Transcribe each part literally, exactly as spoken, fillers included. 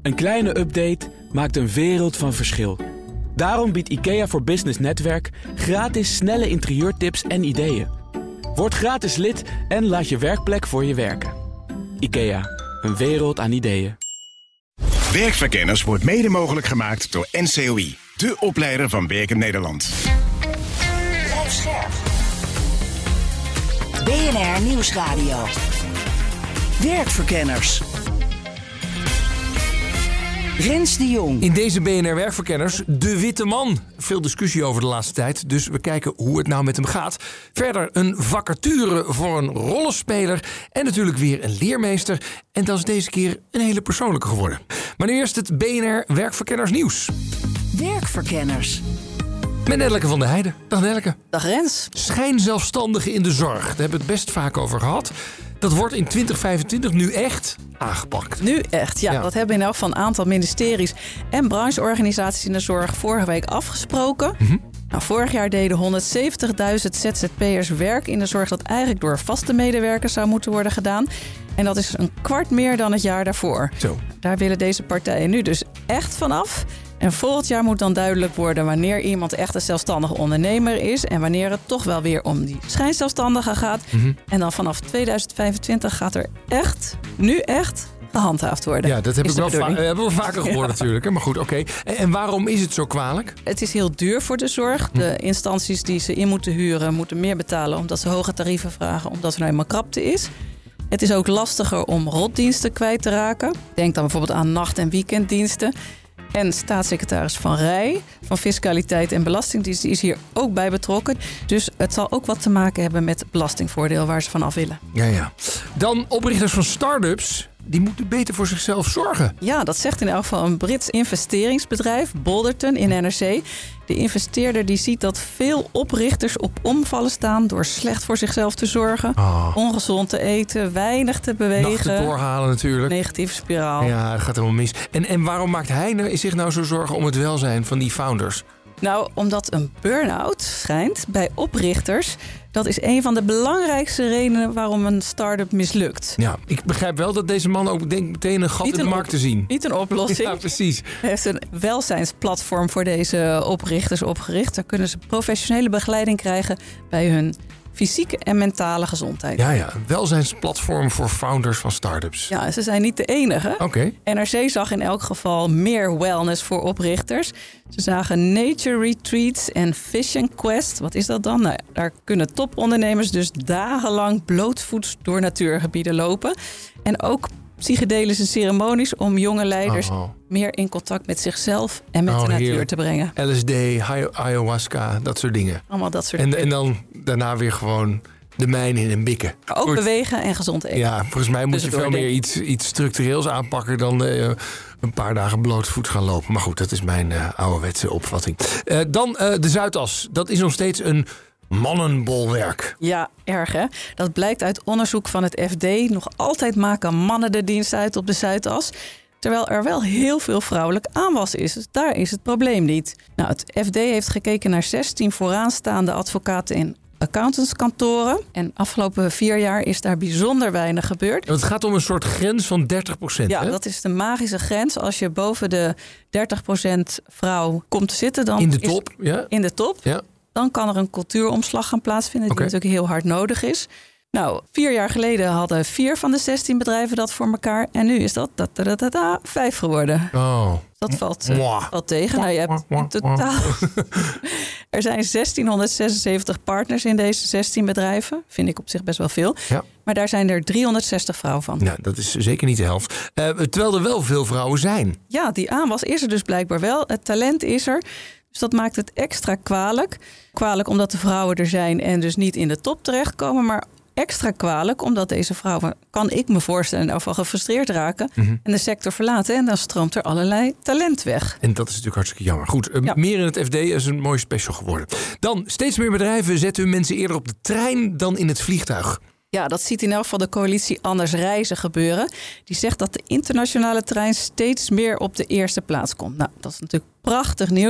Een kleine update maakt een wereld van verschil. Daarom biedt IKEA voor Business Netwerk gratis snelle interieurtips en ideeën. Word gratis lid en laat je werkplek voor je werken. IKEA, een wereld aan ideeën. Werkverkenners wordt mede mogelijk gemaakt door N C O I, de opleider van Werken Nederland. Blijf scherp. B N R Nieuwsradio. Werkverkenners. Rens de Jong. In deze B N R Werkverkenners de witte man. Veel discussie over de laatste tijd, dus we kijken hoe het nou met hem gaat. Verder een vacature voor een rollenspeler en natuurlijk weer een leermeester. En dat is deze keer een hele persoonlijke geworden. Maar nu eerst het B N R Werkverkenners nieuws. Werkverkenners. Met Nelleke van der Heijden. Dag Nelleke. Dag Rens. Schijnzelfstandigen in de zorg. Daar hebben we het best vaak over gehad. Dat wordt in twintig vijfentwintig nu echt aangepakt. Nu echt, ja. Ja. Dat hebben in elk geval een aantal ministeries en brancheorganisaties in de zorg vorige week afgesproken. Mm-hmm. Nou, vorig jaar deden honderdzeventigduizend Z Z P'ers werk in de zorg dat eigenlijk door vaste medewerkers zou moeten worden gedaan. En dat is een kwart meer dan het jaar daarvoor. Zo. Daar willen deze partijen nu dus echt vanaf. En volgend jaar moet dan duidelijk worden wanneer iemand echt een zelfstandige ondernemer is en wanneer het toch wel weer om die schijnzelfstandigen gaat. Mm-hmm. En dan vanaf tweeduizend vijfentwintig gaat er echt, nu echt, gehandhaafd worden. Ja, dat heb Is ik de wel va- bedoeling. hebben we vaker gehoord Ja. natuurlijk. hè, Maar goed, oké. En, en waarom is het zo kwalijk? Het is heel duur voor de zorg. De instanties die ze in moeten huren moeten meer betalen omdat ze hoge tarieven vragen, omdat er nou eenmaal krapte is. Het is ook lastiger om rotdiensten kwijt te raken. Denk dan bijvoorbeeld aan nacht- en weekenddiensten. En staatssecretaris Van Rij van Fiscaliteit en Belastingdienst die is hier ook bij betrokken. Dus het zal ook wat te maken hebben met het belastingvoordeel waar ze van af willen. Ja, ja. Dan oprichters van start-ups. Die moeten beter voor zichzelf zorgen. Ja, dat zegt in elk geval een Brits investeringsbedrijf, Bolderton in N R C. De investeerder die ziet dat veel oprichters op omvallen staan door slecht voor zichzelf te zorgen, Oh. ongezond te eten, weinig te bewegen. Nachten doorhalen natuurlijk. Negatieve spiraal. Ja, het gaat helemaal mis. En, en waarom maakt hij nou- zich nou zo zorgen om het welzijn van die founders? Nou, omdat een burn-out schijnt bij oprichters, dat is een van de belangrijkste redenen waarom een start-up mislukt. Ja, ik begrijp wel dat deze man ook denkt meteen een gat Niet in de een markt op- te zien. Niet een oplossing. Ja, precies. Hij heeft een welzijnsplatform voor deze oprichters opgericht. Daar kunnen ze professionele begeleiding krijgen bij hun fysieke en mentale gezondheid. Ja, ja. Een welzijnsplatform voor founders van start-ups. Ja, ze zijn niet de enige. Oké. N R C zag in elk geval meer wellness voor oprichters. Ze zagen nature retreats en Vision Quest. Wat is dat dan? Nou, daar kunnen topondernemers dus dagenlang blootvoets door natuurgebieden lopen. En ook psychedelische ceremonies om jonge leiders Oh. meer in contact met zichzelf en met Oh, de natuur heerlijk. te brengen. L S D, hi- ayahuasca, dat soort dingen. Allemaal dat soort En, dingen. en dan daarna weer gewoon de mijn in en bikken. Ook Goed. bewegen en gezond eten. Ja, volgens mij moet je Tussendoor, veel meer denk iets, iets structureels aanpakken dan eh, een paar dagen blootvoet gaan lopen. Maar goed, dat is mijn uh, ouderwetse opvatting. Uh, dan uh, de Zuidas. Dat is nog steeds een mannenbolwerk. Ja, erg hè? Dat blijkt uit onderzoek van het F D. Nog altijd maken mannen de dienst uit op de Zuidas. Terwijl er wel heel veel vrouwelijk aanwas is. Dus daar is het probleem niet. Nou, het F D heeft gekeken naar zestien vooraanstaande advocaten in accountantskantoren. En afgelopen vier jaar is daar bijzonder weinig gebeurd. Het gaat om een soort grens van dertig procent. Ja, hè? dat is de magische grens. Als je boven de dertig procent vrouw komt te zitten, dan In de is- top, ja. in de top. Ja. Dan kan er een cultuuromslag gaan plaatsvinden, die Oké. natuurlijk heel hard nodig is. Nou, vier jaar geleden hadden vier van de zestien bedrijven dat voor elkaar. En nu is dat da, da, da, da, da, vijf geworden. Oh. Dat valt, uh, Mwah. valt tegen. Nou, je hebt in totaal... er zijn zestienhonderdzesenzeventig partners in deze zestien bedrijven. Vind ik op zich best wel veel. Ja. Maar daar zijn er driehonderdzestig vrouwen van. Nou, dat is zeker niet de helft. Uh, terwijl er wel veel vrouwen zijn. Ja, die aanwas is er dus blijkbaar wel. Het talent is er. Dus dat maakt het extra kwalijk. Kwalijk omdat de vrouwen er zijn en dus niet in de top terechtkomen. Maar extra kwalijk omdat deze vrouwen, kan ik me voorstellen, in elk geval gefrustreerd raken. Mm-hmm. En de sector verlaten. En dan stroomt er allerlei talent weg. En dat is natuurlijk hartstikke jammer. Goed, uh, Ja. meer in het F D is een mooi special geworden. Dan, steeds meer bedrijven zetten hun mensen eerder op de trein dan in het vliegtuig. Ja, dat ziet in elk geval de coalitie Anders Reizen gebeuren. Die zegt dat de internationale trein steeds meer op de eerste plaats komt. Nou, dat is natuurlijk prachtig nieuws.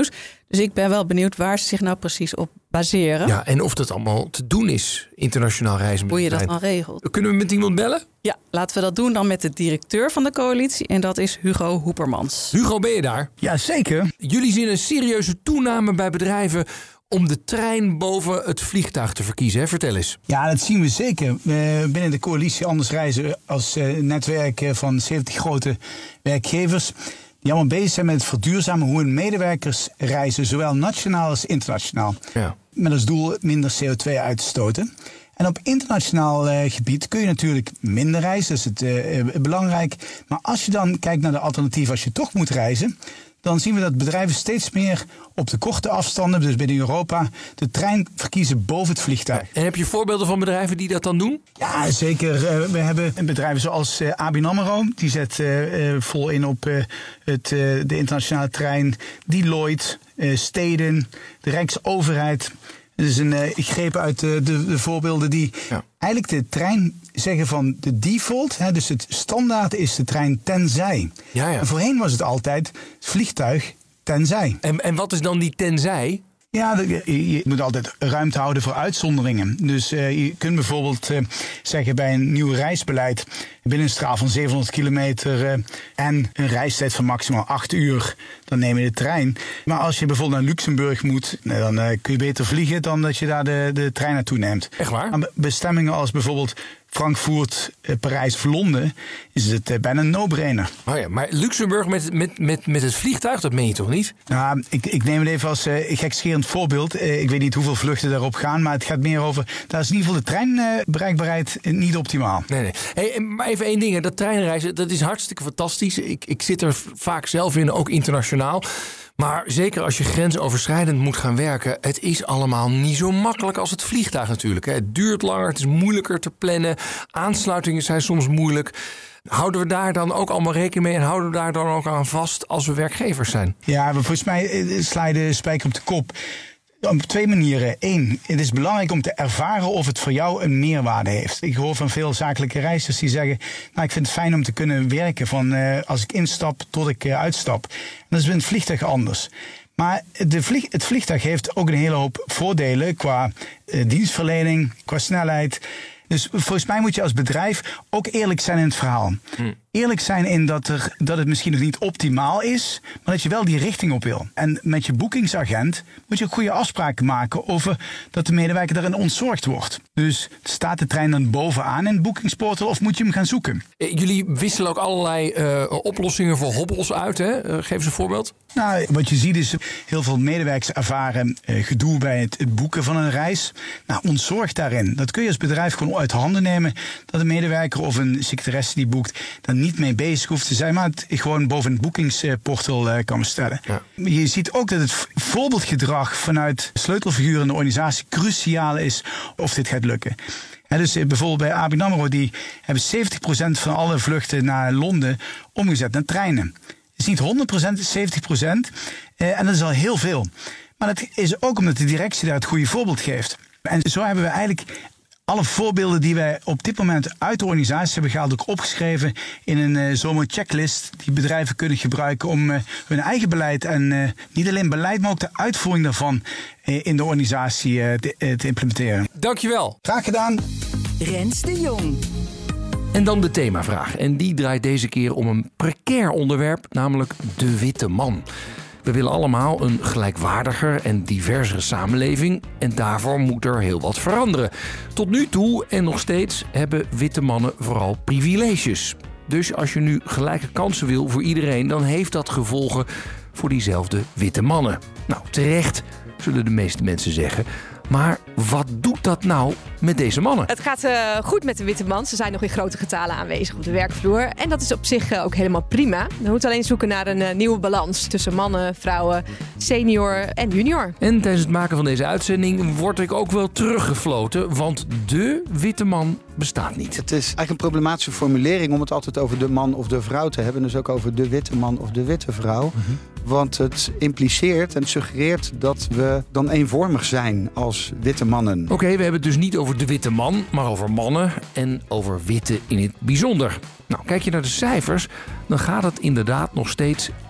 Dus ik ben wel benieuwd waar ze zich nou precies op baseren. Ja, en of dat allemaal te doen is, internationaal reizen. Hoe je dat dan regelt. Kunnen we met iemand bellen? Ja, laten we dat doen dan met de directeur van de coalitie. En dat is Hugo Hoepermans. Hugo, ben je daar? Ja, zeker. Jullie zien een serieuze toename bij bedrijven om de trein boven het vliegtuig te verkiezen. Hè? Vertel eens. Ja, dat zien we zeker. Uh, binnen de coalitie Anders Reizen als uh, netwerk van zeventig grote werkgevers die allemaal bezig zijn met het verduurzamen hoe hun medewerkers reizen, zowel nationaal als internationaal. Ja. Met als doel minder C O twee uit te stoten. En op internationaal uh, gebied kun je natuurlijk minder reizen, dat is het uh, uh, belangrijk. Maar als je dan kijkt naar de alternatieven als je toch moet reizen, dan zien we dat bedrijven steeds meer op de korte afstanden, dus binnen Europa, de trein verkiezen boven het vliegtuig. En heb je voorbeelden van bedrijven die dat dan doen? Ja, zeker. Uh, we hebben bedrijven zoals uh, A B N AMRO, die zet uh, uh, vol in op uh, het, uh, de internationale trein. Deloitte, uh, steden, de Rijksoverheid. Dat is een uh, greep uit de, de, de voorbeelden die ja. eigenlijk de trein zeggen van de default. Hè, dus het standaard is de trein tenzij. Ja, ja. En voorheen was het altijd het vliegtuig tenzij. En, en wat is dan die tenzij? Ja, je, je moet altijd ruimte houden voor uitzonderingen. Dus uh, je kunt bijvoorbeeld uh, zeggen bij een nieuw reisbeleid binnen een straal van zevenhonderd kilometer uh, en een reistijd van maximaal acht uur, dan neem je de trein. Maar als je bijvoorbeeld naar Luxemburg moet, nou, dan uh, kun je beter vliegen dan dat je daar de, de trein naartoe neemt. Echt waar? Aan bestemmingen als bijvoorbeeld Frankfurt, uh, Parijs of Londen is het uh, bijna een no-brainer. Oh ja, maar Luxemburg met, met, met, met het vliegtuig, dat meen je toch niet? Nou, ik, ik neem het even als uh, gekscherend voorbeeld. Uh, ik weet niet hoeveel vluchten daarop gaan, maar het gaat meer over, daar is in ieder geval de treinbereikbaarheid uh, niet optimaal. Nee, nee. Hey, maar even één ding, dat treinreizen, dat is hartstikke fantastisch. Ik, ik zit er vaak zelf in, ook internationaal. Maar zeker als je grensoverschrijdend moet gaan werken, het is allemaal niet zo makkelijk als het vliegtuig natuurlijk. Het duurt langer, het is moeilijker te plannen. Aansluitingen zijn soms moeilijk. Houden we daar dan ook allemaal rekening mee en houden we daar dan ook aan vast als we werkgevers zijn? Ja, maar volgens mij sla je de spijker op de kop. Op twee manieren. Eén, het is belangrijk om te ervaren of het voor jou een meerwaarde heeft. Ik hoor van veel zakelijke reizigers die zeggen, nou, ik vind het fijn om te kunnen werken van uh, als ik instap tot ik uh, uitstap. En dat is bij het vliegtuig anders. Maar de vlieg, het vliegtuig heeft ook een hele hoop voordelen qua uh, dienstverlening, qua snelheid. Dus volgens mij moet je als bedrijf ook eerlijk zijn in het verhaal. Hmm. Eerlijk zijn in dat, er, dat het misschien nog niet optimaal is, maar dat je wel die richting op wil. En met je boekingsagent moet je ook goede afspraken maken over dat de medewerker daarin ontzorgd wordt. Dus staat de trein dan bovenaan in het boekingsportal of moet je hem gaan zoeken? Jullie wisselen ook allerlei uh, oplossingen voor hobbels uit, hè? Uh, geef eens een voorbeeld. Nou, wat je ziet is heel veel medewerkers ervaren uh, gedoe bij het, het boeken van een reis. Nou, ontzorg daarin. Dat kun je als bedrijf gewoon uit handen nemen. Dat een medewerker of een secretaresse die boekt daar niet mee bezig hoeft te zijn, maar het gewoon boven het boekingsportal uh, kan bestellen. Ja. Je ziet ook dat het voorbeeldgedrag vanuit sleutelfiguren in de organisatie cruciaal is of dit gaat lukken. Ja, dus bijvoorbeeld bij A B N AMRO, die hebben zeventig procent van alle vluchten naar Londen omgezet naar treinen. Het is niet honderd procent, het is zeventig procent. Uh, en dat is al heel veel. Maar dat is ook omdat de directie daar het goede voorbeeld geeft. En zo hebben we eigenlijk alle voorbeelden die wij op dit moment uit de organisatie hebben gehaald, ook opgeschreven in een uh, zomerchecklist die bedrijven kunnen gebruiken om uh, hun eigen beleid en uh, niet alleen beleid, maar ook de uitvoering daarvan uh, in de organisatie uh, te, uh, te implementeren. Dankjewel. Graag gedaan. Rens de Jong. En dan de themavraag. En die draait deze keer om een precair onderwerp, namelijk de witte man. We willen allemaal een gelijkwaardiger en diversere samenleving en daarvoor moet er heel wat veranderen. Tot nu toe en nog steeds hebben witte mannen vooral privileges. Dus als je nu gelijke kansen wil voor iedereen, dan heeft dat gevolgen voor diezelfde witte mannen. Nou, terecht, zullen de meeste mensen zeggen. Maar wat doet dat nou met deze mannen? Het gaat uh, goed met de witte man. Ze zijn nog in grote getalen aanwezig op de werkvloer. En dat is op zich uh, ook helemaal prima. We moeten alleen zoeken naar een uh, nieuwe balans tussen mannen, vrouwen, senior en junior. En tijdens het maken van deze uitzending word ik ook wel teruggefloten, want de witte man bestaat niet. Het is eigenlijk een problematische formulering om het altijd over de man of de vrouw te hebben. Dus ook over de witte man of de witte vrouw. Mm-hmm. Want het impliceert en suggereert dat we dan eenvormig zijn als witte mannen. Oké, okay, we hebben het dus niet over de witte man, maar over mannen en over witte in het bijzonder. Nou, kijk je naar de cijfers, dan gaat het inderdaad nog steeds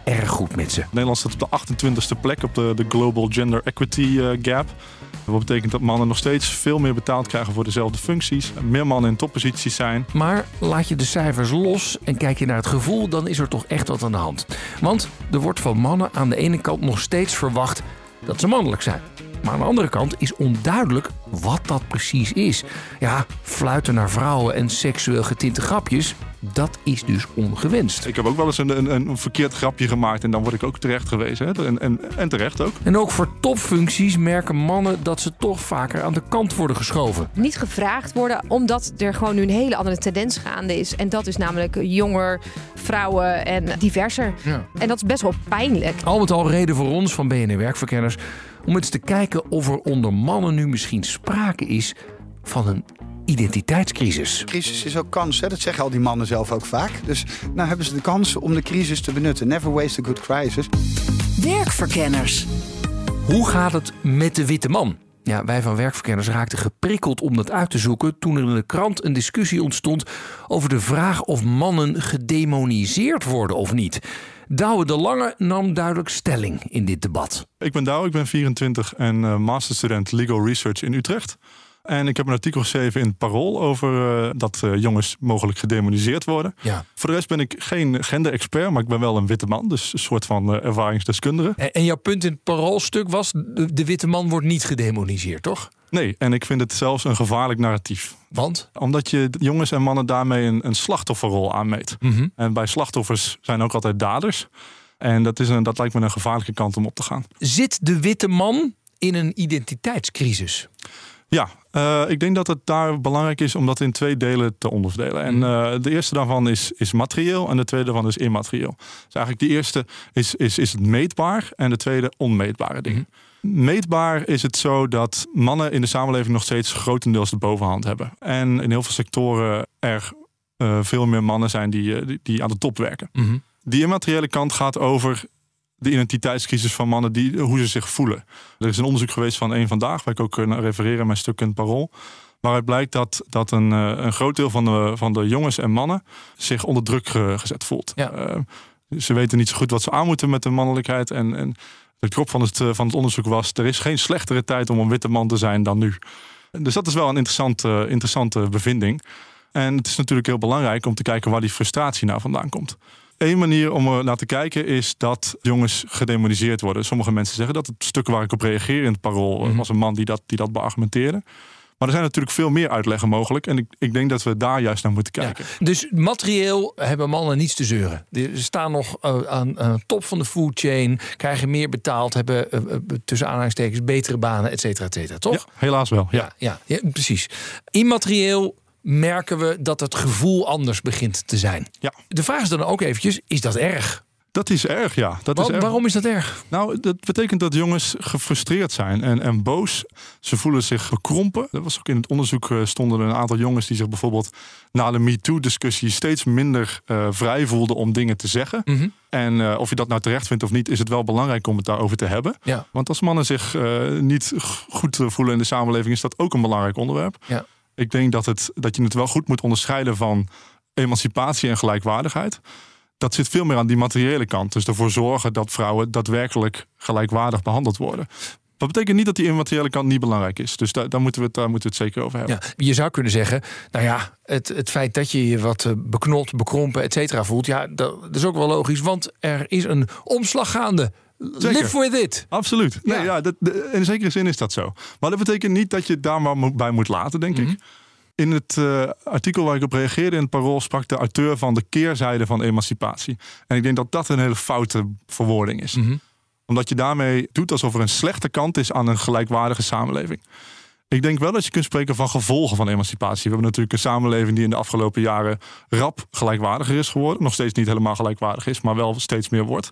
erg goed met ze. Nederland staat op de achtentwintigste plek op de, de Global Gender Equity uh, Gap. Wat betekent dat mannen nog steeds veel meer betaald krijgen voor dezelfde functies. Meer mannen in topposities zijn. Maar laat je de cijfers los en kijk je naar het gevoel, dan is er toch echt wat aan de hand. Want er wordt van mannen aan de ene kant nog steeds verwacht dat ze mannelijk zijn. Maar aan de andere kant is onduidelijk wat dat precies is. Ja, fluiten naar vrouwen en seksueel getinte grapjes, dat is dus ongewenst. Ik heb ook wel eens een, een, een verkeerd grapje gemaakt en dan word ik ook terecht gewezen. Hè? En, en, en terecht ook. En ook voor topfuncties merken mannen dat ze toch vaker aan de kant worden geschoven. Niet gevraagd worden, omdat er gewoon nu een hele andere tendens gaande is. En dat is namelijk jonger, vrouwen en diverser. Ja. En dat is best wel pijnlijk. Al met al reden voor ons van B N R Werkverkenners om eens te kijken of er onder mannen nu misschien sprake is van een identiteitscrisis. Crisis is ook kans, hè? Dat zeggen al die mannen zelf ook vaak. Dus nou hebben ze de kans om de crisis te benutten. Never waste a good crisis. Werkverkenners. Hoe gaat het met de witte man? Ja, wij van Werkverkenners raakten geprikkeld om dat uit te zoeken toen er in de krant een discussie ontstond over de vraag of mannen gedemoniseerd worden of niet. Douwe de Lange nam duidelijk stelling in dit debat. Ik ben Douwe, ik ben vierentwintig en uh, masterstudent Legal Research in Utrecht. En ik heb een artikel geschreven in het Parool over uh, dat uh, jongens mogelijk gedemoniseerd worden. Ja. Voor de rest ben ik geen gender-expert, maar ik ben wel een witte man. Dus een soort van uh, ervaringsdeskundige. En, en jouw punt in het Paroolstuk was, de, de witte man wordt niet gedemoniseerd, toch? Nee, en ik vind het zelfs een gevaarlijk narratief. Want? Omdat je jongens en mannen daarmee een, een slachtofferrol aanmeet. Mm-hmm. En bij slachtoffers zijn ook altijd daders. En dat, is een, dat lijkt me een gevaarlijke kant om op te gaan. Zit de witte man in een identiteitscrisis? Ja, uh, ik denk dat het daar belangrijk is om dat in twee delen te onderverdelen. En uh, de eerste daarvan is, is materieel en de tweede daarvan is immaterieel. Dus eigenlijk de eerste is, is, is het meetbaar en de tweede onmeetbare dingen. Mm-hmm. Meetbaar is het zo dat mannen in de samenleving nog steeds grotendeels de bovenhand hebben. En in heel veel sectoren er uh, veel meer mannen zijn die, die, die aan de top werken. Mm-hmm. Die immateriële kant gaat over de identiteitscrisis van mannen, die, hoe ze zich voelen. Er is een onderzoek geweest van Eén Vandaag, waar ik ook naar refereer in mijn stuk in het Parool. Waaruit blijkt dat, dat een, een groot deel van de, van de jongens en mannen zich onder druk gezet voelt. Ja. Uh, ze weten niet zo goed wat ze aan moeten met de mannelijkheid. En, en de kop van het, van het onderzoek was, er is geen slechtere tijd om een witte man te zijn dan nu. Dus dat is wel een interessante, interessante bevinding. En het is natuurlijk heel belangrijk om te kijken waar die frustratie nou vandaan komt. Eén manier om er naar te kijken is dat jongens gedemoniseerd worden. Sommige mensen zeggen dat. Het stuk waar ik op reageer in het Parool mm-hmm. was een man die dat, die dat beargumenteerde. Maar er zijn natuurlijk veel meer uitleggen mogelijk. En ik, ik denk dat we daar juist naar moeten kijken. Ja, dus materieel hebben mannen niets te zeuren. Ze staan nog uh, aan uh, top van de food chain. Krijgen meer betaald. Hebben uh, uh, tussen aanhalingstekens betere banen, et cetera, et cetera. Toch? Ja, helaas wel. Ja, ja, ja, ja precies. Immaterieel merken we dat het gevoel anders begint te zijn. Ja. De vraag is dan ook eventjes, is dat erg? Dat is erg, ja. Dat Wa- is erg. Waarom is dat erg? Nou, dat betekent dat jongens gefrustreerd zijn en, en boos. Ze voelen zich bekrompen. Dat was ook in het onderzoek uh, stonden er een aantal jongens die zich bijvoorbeeld na de MeToo-discussie steeds minder uh, vrij voelden om dingen te zeggen. Mm-hmm. En uh, of je dat nou terecht vindt of niet, is het wel belangrijk om het daarover te hebben. Ja. Want als mannen zich uh, niet goed voelen in de samenleving, is dat ook een belangrijk onderwerp. Ja. Ik denk dat, het, dat je het wel goed moet onderscheiden van emancipatie en gelijkwaardigheid. Dat zit veel meer aan die materiële kant. Dus ervoor zorgen dat vrouwen daadwerkelijk gelijkwaardig behandeld worden. Dat betekent niet dat die immateriële kant niet belangrijk is. Dus daar, daar, moeten, we het, daar moeten we het zeker over hebben. Ja, je zou kunnen zeggen, nou ja, het, het feit dat je je wat beknot, bekrompen, et cetera voelt, ja, dat is ook wel logisch. Want er is een omslag gaande. Zeker. Live with it. Absoluut. Nee, ja. Ja, dat, de, in zekere zin is dat zo. Maar dat betekent niet dat je het daar maar bij moet laten, denk mm-hmm. ik. In het uh, artikel waar ik op reageerde in het Parool sprak de auteur van de keerzijde van emancipatie. En ik denk dat dat een hele foute verwoording is. Mm-hmm. Omdat je daarmee doet alsof er een slechte kant is aan een gelijkwaardige samenleving. Ik denk wel dat je kunt spreken van gevolgen van emancipatie. We hebben natuurlijk een samenleving die in de afgelopen jaren rap gelijkwaardiger is geworden. Nog steeds niet helemaal gelijkwaardig is, maar wel steeds meer wordt.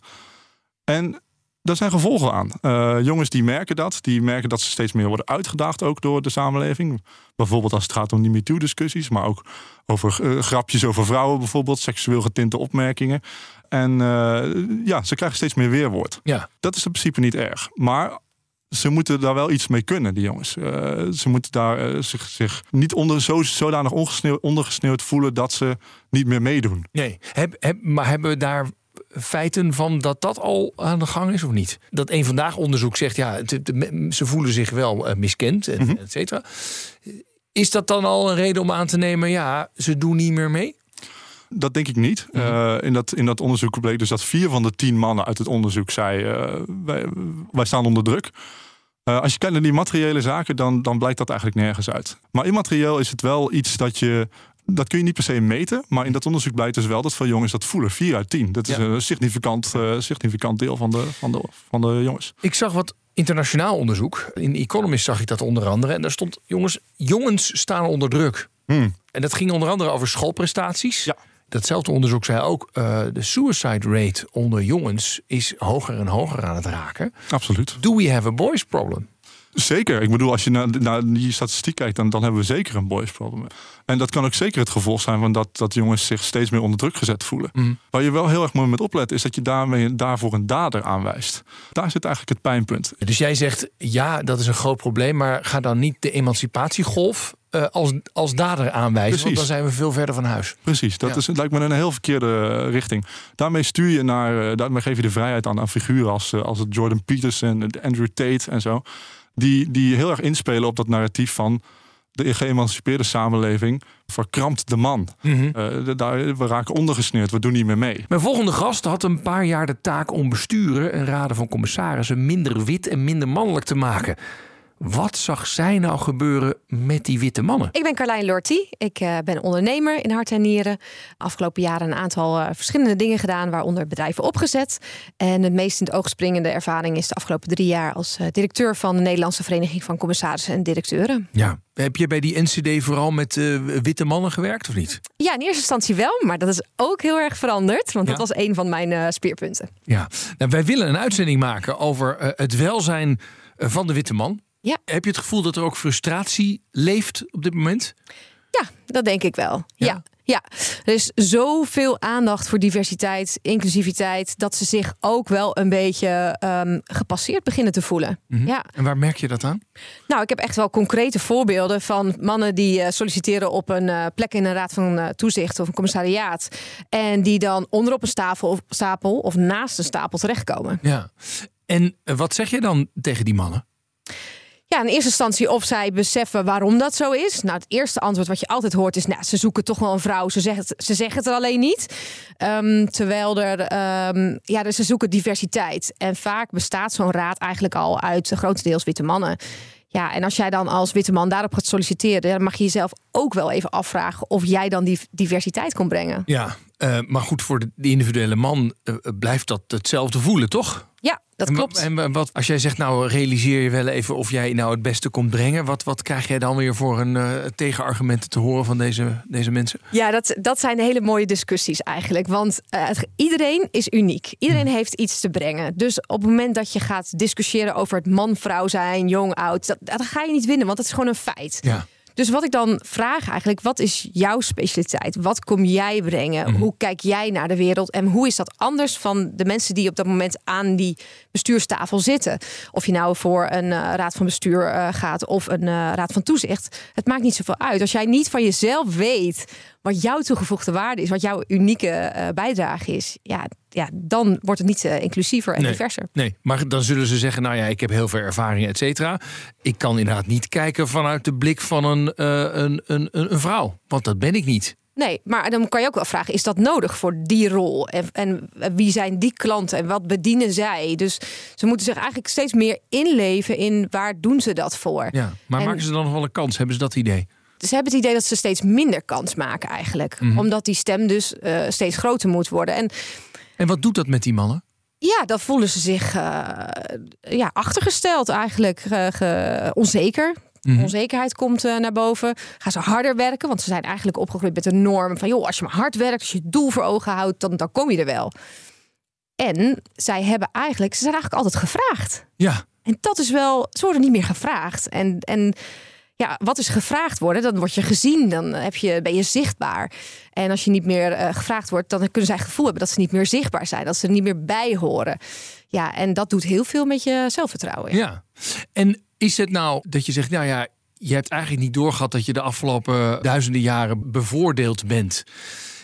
En daar zijn gevolgen aan. Uh, jongens die merken dat. Die merken dat ze steeds meer worden uitgedaagd ook door de samenleving. Bijvoorbeeld als het gaat om die MeToo-discussies. Maar ook over uh, grapjes over vrouwen bijvoorbeeld. Seksueel getinte opmerkingen. En uh, ja, ze krijgen steeds meer weerwoord. Ja. Dat is in principe niet erg. Maar ze moeten daar wel iets mee kunnen, die jongens. Uh, ze moeten daar uh, zich, zich niet onder, zo, zodanig ongesneeuwd, ondergesneeuwd voelen dat ze niet meer meedoen. Nee, heb, heb, maar hebben we daar feiten van dat dat al aan de gang is of niet? Dat een Vandaag onderzoek zegt, ja, het, het, ze voelen zich wel uh, miskend, et, Mm-hmm. et cetera. Is dat dan al een reden om aan te nemen, ja, ze doen niet meer mee? Dat denk ik niet. Mm-hmm. Uh, in, dat, in dat onderzoek bleek dus dat vier van de tien mannen uit het onderzoek zei, uh, wij, wij staan onder druk. Uh, als je kijkt naar die materiële zaken, dan, dan blijkt dat eigenlijk nergens uit. Maar immaterieel is het wel iets dat je... Dat kun je niet per se meten, maar in dat onderzoek blijkt dus wel dat veel jongens dat voelen. vier uit tien. Dat is ja. een significant, uh, significant deel van de, van, de, van de jongens. Ik zag wat internationaal onderzoek. In Economist zag ik dat onder andere. En daar stond, jongens, jongens staan onder druk. Hmm. En dat ging onder andere over schoolprestaties. Ja. Datzelfde onderzoek zei ook, uh, de suicide rate onder jongens is hoger en hoger aan het raken. Absoluut. Do we have a boys problem? Zeker. Ik bedoel, als je naar, naar die statistiek kijkt, dan, dan hebben we zeker een boys problem. En dat kan ook zeker het gevolg zijn van dat, dat jongens zich steeds meer onder druk gezet voelen. Mm. Waar je wel heel erg mooi met oplet, is dat je daarmee, daarvoor een dader aanwijst. Daar zit eigenlijk het pijnpunt. Dus jij zegt, ja, dat is een groot probleem, maar ga dan niet de emancipatiegolf uh, als, als dader aanwijzen. Precies. Want dan zijn we veel verder van huis. Precies, dat ja. is, lijkt me een heel verkeerde richting. Daarmee stuur je naar, uh, daarmee geef je de vrijheid aan, aan figuren als, uh, als het Jordan Peterson, Andrew Tate en zo. Die, die heel erg inspelen op dat narratief van de geëmancipeerde samenleving verkrampt de man. Mm-hmm. Uh, de, daar, we raken ondergesneeuwd, we doen niet meer mee. Mijn volgende gast had een paar jaar de taak om besturen en raden van commissarissen minder wit en minder mannelijk te maken. Wat zag zij nou gebeuren met die witte mannen? Ik ben Carlijn Lortie. Ik uh, ben ondernemer in hart en nieren. Afgelopen jaren een aantal uh, verschillende dingen gedaan, waaronder bedrijven opgezet. En het meest in het oog springende ervaring is de afgelopen drie jaar als uh, directeur van de Nederlandse Vereniging van Commissarissen en Directeuren. Ja. Heb je bij die N C D vooral met uh, witte mannen gewerkt of niet? Ja, in eerste instantie wel, maar dat is ook heel erg veranderd. Want ja. dat was een van mijn uh, speerpunten. Ja, nou, wij willen een uitzending maken over uh, het welzijn uh, van de witte man. Ja. Heb je het gevoel dat er ook frustratie leeft op dit moment? Ja, dat denk ik wel. Ja. Ja. Ja, er is zoveel aandacht voor diversiteit, inclusiviteit, dat ze zich ook wel een beetje um, gepasseerd beginnen te voelen. Mm-hmm. Ja. En waar merk je dat aan? Nou, ik heb echt wel concrete voorbeelden van mannen die uh, solliciteren op een uh, plek in een raad van uh, toezicht of een commissariaat. En die dan onderop een stapel of, stapel of naast een stapel terechtkomen. Ja. En uh, wat zeg je dan tegen die mannen? Ja, in eerste instantie of zij beseffen waarom dat zo is. Nou, het eerste antwoord wat je altijd hoort is, nou, ze zoeken toch wel een vrouw. Ze zeggen het, ze zeggen het er alleen niet. Um, terwijl er, um, ja, dus ze zoeken diversiteit. En vaak bestaat zo'n raad eigenlijk al uit grotendeels witte mannen. Ja, en als jij dan als witte man daarop gaat solliciteren, dan mag je jezelf ook wel even afvragen of jij dan die diversiteit kon brengen. Ja, uh, maar goed, voor de, de individuele man uh, blijft dat hetzelfde voelen, toch? Ja, dat en klopt. En wat, als jij zegt, nou realiseer je wel even of jij nou het beste komt brengen. Wat, wat krijg jij dan weer voor een uh, tegenargumenten te horen van deze, deze mensen? Ja, dat, dat zijn hele mooie discussies eigenlijk. Want uh, het, iedereen is uniek. Iedereen hmm. heeft iets te brengen. Dus op het moment dat je gaat discussiëren over het man-vrouw zijn, jong, oud, dat, dat ga je niet winnen, want dat is gewoon een feit. Ja. Dus wat ik dan vraag eigenlijk, wat is jouw specialiteit? Wat kom jij brengen? Mm-hmm. Hoe kijk jij naar de wereld? En hoe is dat anders van de mensen die op dat moment aan die bestuurstafel zitten? Of je nou voor een uh, raad van bestuur uh, gaat of een uh, raad van toezicht. Het maakt niet zoveel uit. Als jij niet van jezelf weet wat jouw toegevoegde waarde is, wat jouw unieke uh, bijdrage is, ja, ja, dan wordt het niet uh, inclusiever en nee, diverser. Nee, maar dan zullen ze zeggen, nou ja, ik heb heel veel ervaring, et cetera. Ik kan inderdaad niet kijken vanuit de blik van een, uh, een, een, een vrouw, want dat ben ik niet. Nee, maar dan kan je ook wel vragen, is dat nodig voor die rol? En, en wie zijn die klanten en wat bedienen zij? Dus ze moeten zich eigenlijk steeds meer inleven in waar doen ze dat voor. Ja, maar en maken ze dan nog wel een kans? Hebben ze dat idee? Ze hebben het idee dat ze steeds minder kans maken eigenlijk. Mm-hmm. Omdat die stem dus uh, steeds groter moet worden. En, en wat doet dat met die mannen? Ja, dan voelen ze zich uh, ja, achtergesteld eigenlijk. Uh, ge, onzeker. Mm-hmm. Onzekerheid komt uh, naar boven. Gaan ze harder werken, want ze zijn eigenlijk opgegroeid met de norm van, joh, als je maar hard werkt, als je het doel voor ogen houdt, dan, dan kom je er wel. En zij hebben eigenlijk, ze zijn eigenlijk altijd gevraagd. Ja. En dat is wel, ze worden niet meer gevraagd. En, en ja, wat is gevraagd worden? Dan word je gezien, dan heb je, ben je zichtbaar. En als je niet meer uh, gevraagd wordt, dan kunnen zij het gevoel hebben dat ze niet meer zichtbaar zijn, dat ze er niet meer bij horen. Ja, en dat doet heel veel met je zelfvertrouwen. Ja. En is het nou dat je zegt, nou ja, je hebt eigenlijk niet doorgehad dat je de afgelopen duizenden jaren bevoordeeld bent.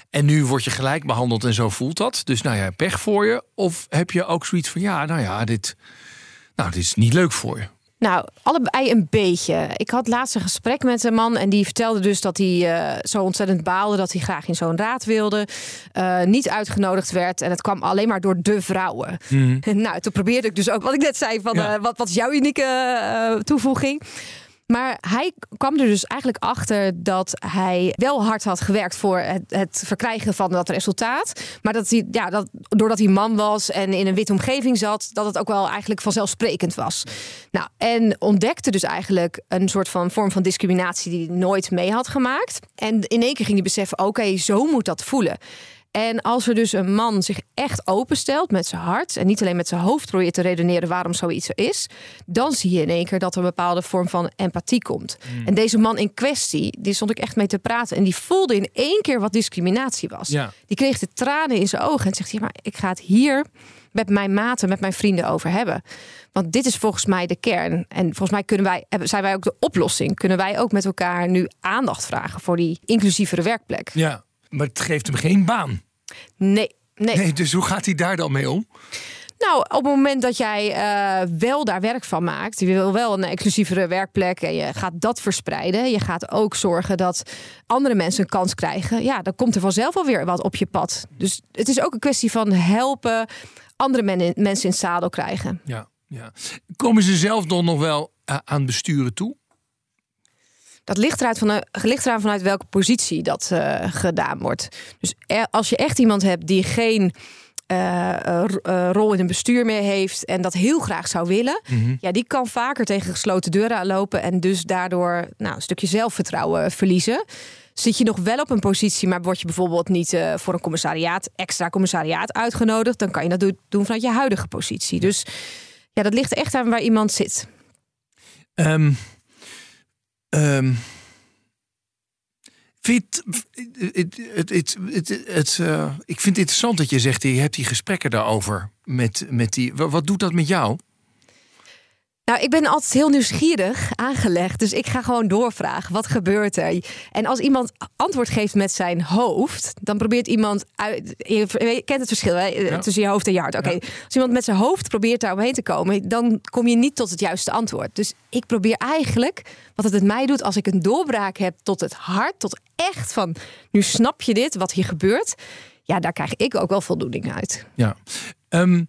En nu word je gelijk behandeld en zo voelt dat. Dus nou ja, pech voor je. Of heb je ook zoiets van, ja, nou ja, dit, nou, dit is niet leuk voor je. Nou, allebei een beetje. Ik had laatst een gesprek met een man en die vertelde dus dat hij uh, zo ontzettend baalde dat hij graag in zo'n raad wilde. Uh, niet uitgenodigd werd en het kwam alleen maar door de vrouwen. Mm. Nou, toen probeerde ik dus ook wat ik net zei van ja. uh, wat, wat is jouw unieke uh, toevoeging? Maar hij kwam er dus eigenlijk achter dat hij wel hard had gewerkt voor het, het verkrijgen van dat resultaat. Maar dat hij, ja, dat, doordat hij man was en in een witte omgeving zat, dat het ook wel eigenlijk vanzelfsprekend was. Nou, en ontdekte dus eigenlijk een soort van vorm van discriminatie die hij nooit mee had gemaakt. En in één keer ging hij beseffen, oké, okay, zo moet dat voelen. En als er dus een man zich echt openstelt met zijn hart en niet alleen met zijn hoofd probeert te redeneren waarom zoiets er is, dan zie je in één keer dat er een bepaalde vorm van empathie komt. Mm. En deze man in kwestie, die stond ik echt mee te praten en die voelde in één keer wat discriminatie was. Ja. Die kreeg de tranen in zijn ogen en zegt, ja, maar ik ga het hier met mijn maten, met mijn vrienden over hebben. Want dit is volgens mij de kern. En volgens mij kunnen wij, zijn wij ook de oplossing. Kunnen wij ook met elkaar nu aandacht vragen voor die inclusievere werkplek. Ja. Maar het geeft hem geen baan. Nee, nee. nee. Dus hoe gaat hij daar dan mee om? Nou, op het moment dat jij uh, wel daar werk van maakt, je wil wel een exclusievere werkplek en je gaat dat verspreiden. Je gaat ook zorgen dat andere mensen een kans krijgen. Ja, dan komt er vanzelf alweer wat op je pad. Dus het is ook een kwestie van helpen andere men, mensen in het zadel krijgen. Ja, ja. Komen ze zelf dan nog wel uh, aan besturen toe? Dat ligt eruit vanuit, ligt eraan vanuit welke positie dat uh, gedaan wordt. Dus er, als je echt iemand hebt die geen uh, uh, rol in een bestuur meer heeft en dat heel graag zou willen, mm-hmm. ja, die kan vaker tegen gesloten deuren aanlopen en dus daardoor nou, een stukje zelfvertrouwen verliezen. Zit je nog wel op een positie, maar word je bijvoorbeeld niet uh, voor een commissariaat, extra commissariaat uitgenodigd, dan kan je dat doen vanuit je huidige positie. Dus ja, dat ligt echt aan waar iemand zit. Um... Um, vind het, het, het, het, het, uh, ik vind het interessant dat je zegt, je hebt die gesprekken daarover. Met, met die, wat doet dat met jou? Nou, ik ben altijd heel nieuwsgierig aangelegd. Dus ik ga gewoon doorvragen. Wat gebeurt er? En als iemand antwoord geeft met zijn hoofd, dan probeert iemand uit. Je kent het verschil hè? Ja. Tussen je hoofd en je hart. Oké, okay. ja. Als iemand met zijn hoofd probeert daar omheen te komen, dan kom je niet tot het juiste antwoord. Dus ik probeer eigenlijk wat het met mij doet als ik een doorbraak heb tot het hart, tot echt van nu snap je dit, wat hier gebeurt. Ja, daar krijg ik ook wel voldoening uit. Ja. Um...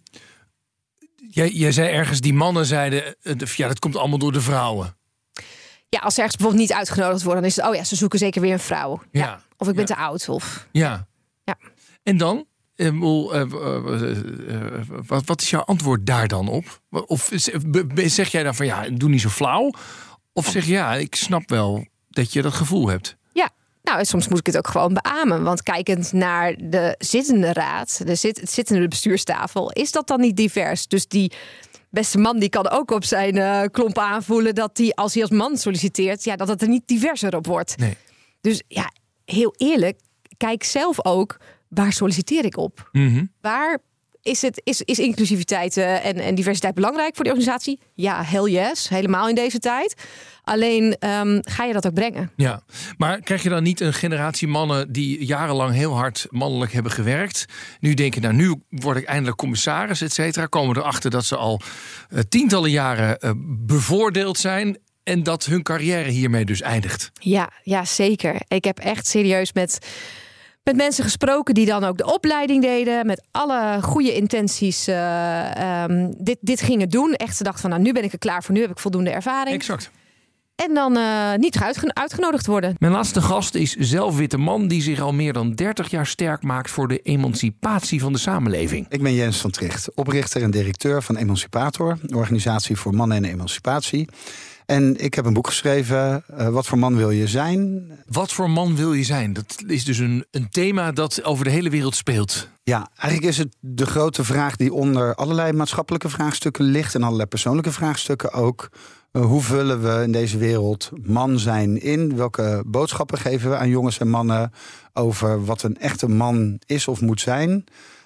Jij, jij zei ergens, die mannen zeiden, ja, dat komt allemaal door de vrouwen. Ja, als ze ergens bijvoorbeeld niet uitgenodigd worden, dan is het, oh ja, ze zoeken zeker weer een vrouw. Ja. Ja. Of ik ben ja. te oud. Of... Ja. ja. En dan? Uh, uh, uh, uh, wat, wat is jouw antwoord daar dan op? Of zeg jij dan van, ja, doe niet zo flauw? Of zeg je, ja, ik snap wel dat je dat gevoel hebt. Ja. Nou, soms moet ik het ook gewoon beamen. Want kijkend naar de zittende raad, de zit, het zittende bestuurstafel, is dat dan niet divers? Dus die beste man die kan ook op zijn uh, klomp aanvoelen dat hij, als hij als man solliciteert, ja, dat het er niet diverser op wordt. Nee. Dus ja, heel eerlijk, kijk zelf ook, waar solliciteer ik op? Mm-hmm. Waar is, het, is, is inclusiviteit uh, en, en diversiteit belangrijk voor de organisatie? Ja, hell yes, helemaal in deze tijd. Alleen um, ga je dat ook brengen. Ja, maar krijg je dan niet een generatie mannen die jarenlang heel hard mannelijk hebben gewerkt, nu denken, nou, nu word ik eindelijk commissaris, et cetera, komen erachter dat ze al uh, tientallen jaren uh, bevoordeeld zijn en dat hun carrière hiermee dus eindigt? Ja, ja, zeker. Ik heb echt serieus met Met mensen gesproken die dan ook de opleiding deden, met alle goede intenties uh, um, dit, dit gingen doen. Echt, ze dachten van, nou, nu ben ik er klaar voor, nu heb ik voldoende ervaring. Exact. En dan uh, niet uitgen- uitgenodigd worden. Mijn laatste gast is zelf witte man die zich al meer dan dertig jaar sterk maakt voor de emancipatie van de samenleving. Ik ben Jens van Tricht, oprichter en directeur van Emancipator, een organisatie voor mannen en emancipatie. En ik heb een boek geschreven, uh, Wat voor man wil je zijn? Wat voor man wil je zijn? Dat is dus een, een thema dat over de hele wereld speelt. Ja, eigenlijk is het de grote vraag die onder allerlei maatschappelijke vraagstukken ligt en allerlei persoonlijke vraagstukken ook. Uh, hoe vullen we in deze wereld man zijn in? Welke boodschappen geven we aan jongens en mannen over wat een echte man is of moet zijn?